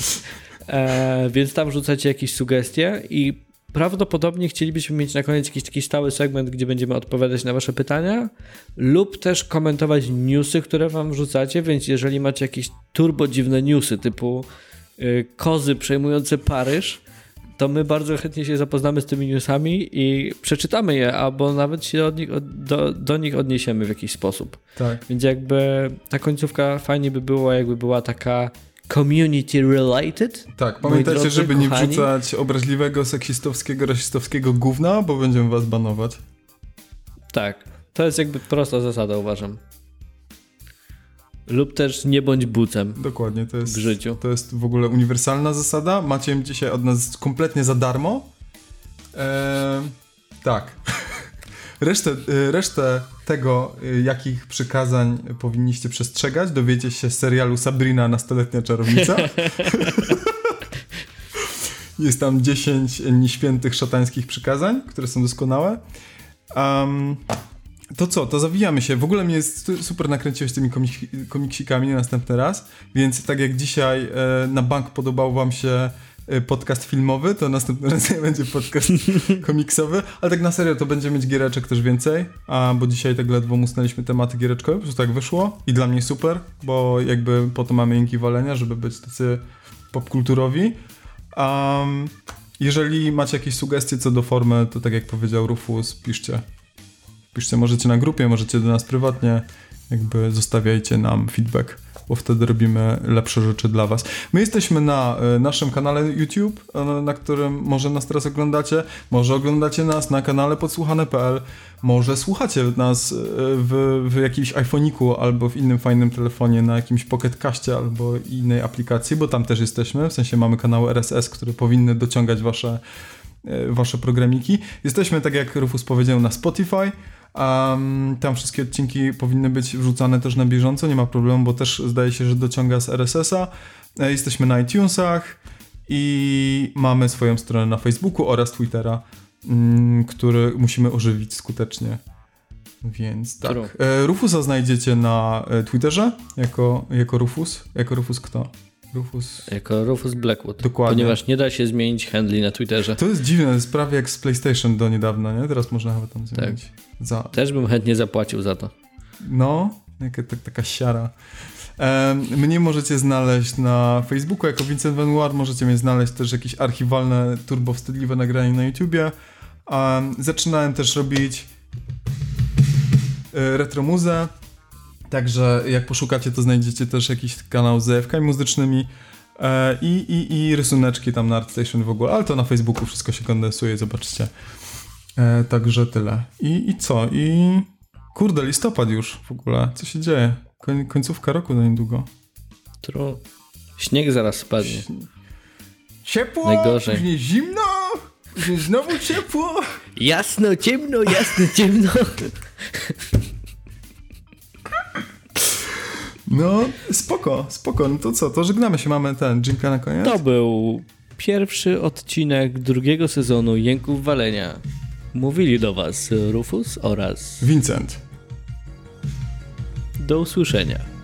e, więc tam wrzucacie jakieś sugestie i prawdopodobnie chcielibyśmy mieć na koniec jakiś taki stały segment, gdzie będziemy odpowiadać na wasze pytania lub też komentować newsy, które wam wrzucacie, więc jeżeli macie jakieś turbo dziwne newsy typu y, kozy przejmujące Paryż, to my bardzo chętnie się zapoznamy z tymi newsami i przeczytamy je, albo nawet się od nich, od, do, do nich odniesiemy w jakiś sposób. Tak. Więc jakby ta końcówka fajnie by było, jakby była taka community related. Tak, pamiętajcie, drodzy, żeby nie kochani. wrzucać obraźliwego, seksistowskiego, rasistowskiego gówna, bo będziemy was banować. Tak, to jest jakby prosta zasada, uważam. Lub też nie bądź bucem. Dokładnie, to jest W życiu. To jest w ogóle uniwersalna zasada. Macie ją dzisiaj od nas kompletnie za darmo. Eee, tak. Resztę, resztę tego, jakich przykazań powinniście przestrzegać, dowiecie się z serialu Sabrina, nastoletnia czarownica. Jest tam dziesięć nieświętych szatańskich przykazań, które są doskonałe. Um, to co, to zawijamy się. W ogóle mnie jest super nakręciłeś tymi komik- komiksikami na następny raz, więc tak jak dzisiaj e, na bank podobał wam się podcast filmowy, to następny raz nie będzie podcast komiksowy, ale tak na serio to będzie mieć giereczek też więcej, a bo dzisiaj tak ledwo musnęliśmy tematy giereczkowe, po prostu tak wyszło i dla mnie super, bo jakby po to mamy Jęki Walenia, żeby być tacy popkulturowi. Um, jeżeli macie jakieś sugestie co do formy, to tak jak powiedział Rufus, piszcie. Piszcie, możecie na grupie, możecie do nas prywatnie, jakby zostawiajcie nam feedback, bo wtedy robimy lepsze rzeczy dla was. My jesteśmy na y, naszym kanale YouTube, y, na którym może nas teraz oglądacie, może oglądacie nas na kanale podsłuchane kropka p l, może słuchacie nas y, w, w jakimś iPhoniku albo w innym fajnym telefonie, na jakimś Pocket Castie albo innej aplikacji, bo tam też jesteśmy, w sensie mamy kanały R S S, które powinny dociągać wasze, y, wasze programiki. Jesteśmy, tak jak Rufus powiedział, na Spotify. Um, tam wszystkie odcinki powinny być wrzucane też na bieżąco, nie ma problemu, bo też zdaje się, że dociąga z R S S-a. E, jesteśmy na iTunesach i mamy swoją stronę na Facebooku oraz Twittera, mm, który musimy ożywić skutecznie. Więc tak. E, Rufusa znajdziecie na e, Twitterze jako, jako Rufus. Jako Rufus kto? Rufus... Jako Rufus Blackwood. Dokładnie. Ponieważ nie da się zmienić handli na Twitterze. To jest dziwne, to jest prawie jak z PlayStation do niedawna, nie? Teraz można chyba tam zmienić. Tak. Za... Też bym chętnie zapłacił za to. No, jaka, tak, taka siara. Um, mnie możecie znaleźć na Facebooku jako Vincent Van War, możecie mnie znaleźć też jakieś archiwalne, turbo wstydliwe nagranie na YouTubie. Um, zaczynałem też robić y, retromuzę, także jak poszukacie, to znajdziecie też jakiś kanał z zajawkami muzycznymi e, i, i, i rysuneczki tam na ArtStation w ogóle, ale to na Facebooku wszystko się kondensuje, zobaczcie. E, także tyle. I, I co? I kurde, listopad już w ogóle. Co się dzieje? Koń, końcówka roku na niedługo. True. Śnieg zaraz spadnie. Ciepło, Najgorzej. później zimno, później znowu ciepło. Jasno, ciemno, jasno, ciemno. No, spoko, spoko. No to co? To żegnamy się. Mamy ten dżinka na koniec. To był pierwszy odcinek drugiego sezonu Jęków Walenia. Mówili do Was Rufus oraz Vincent. do usłyszenia.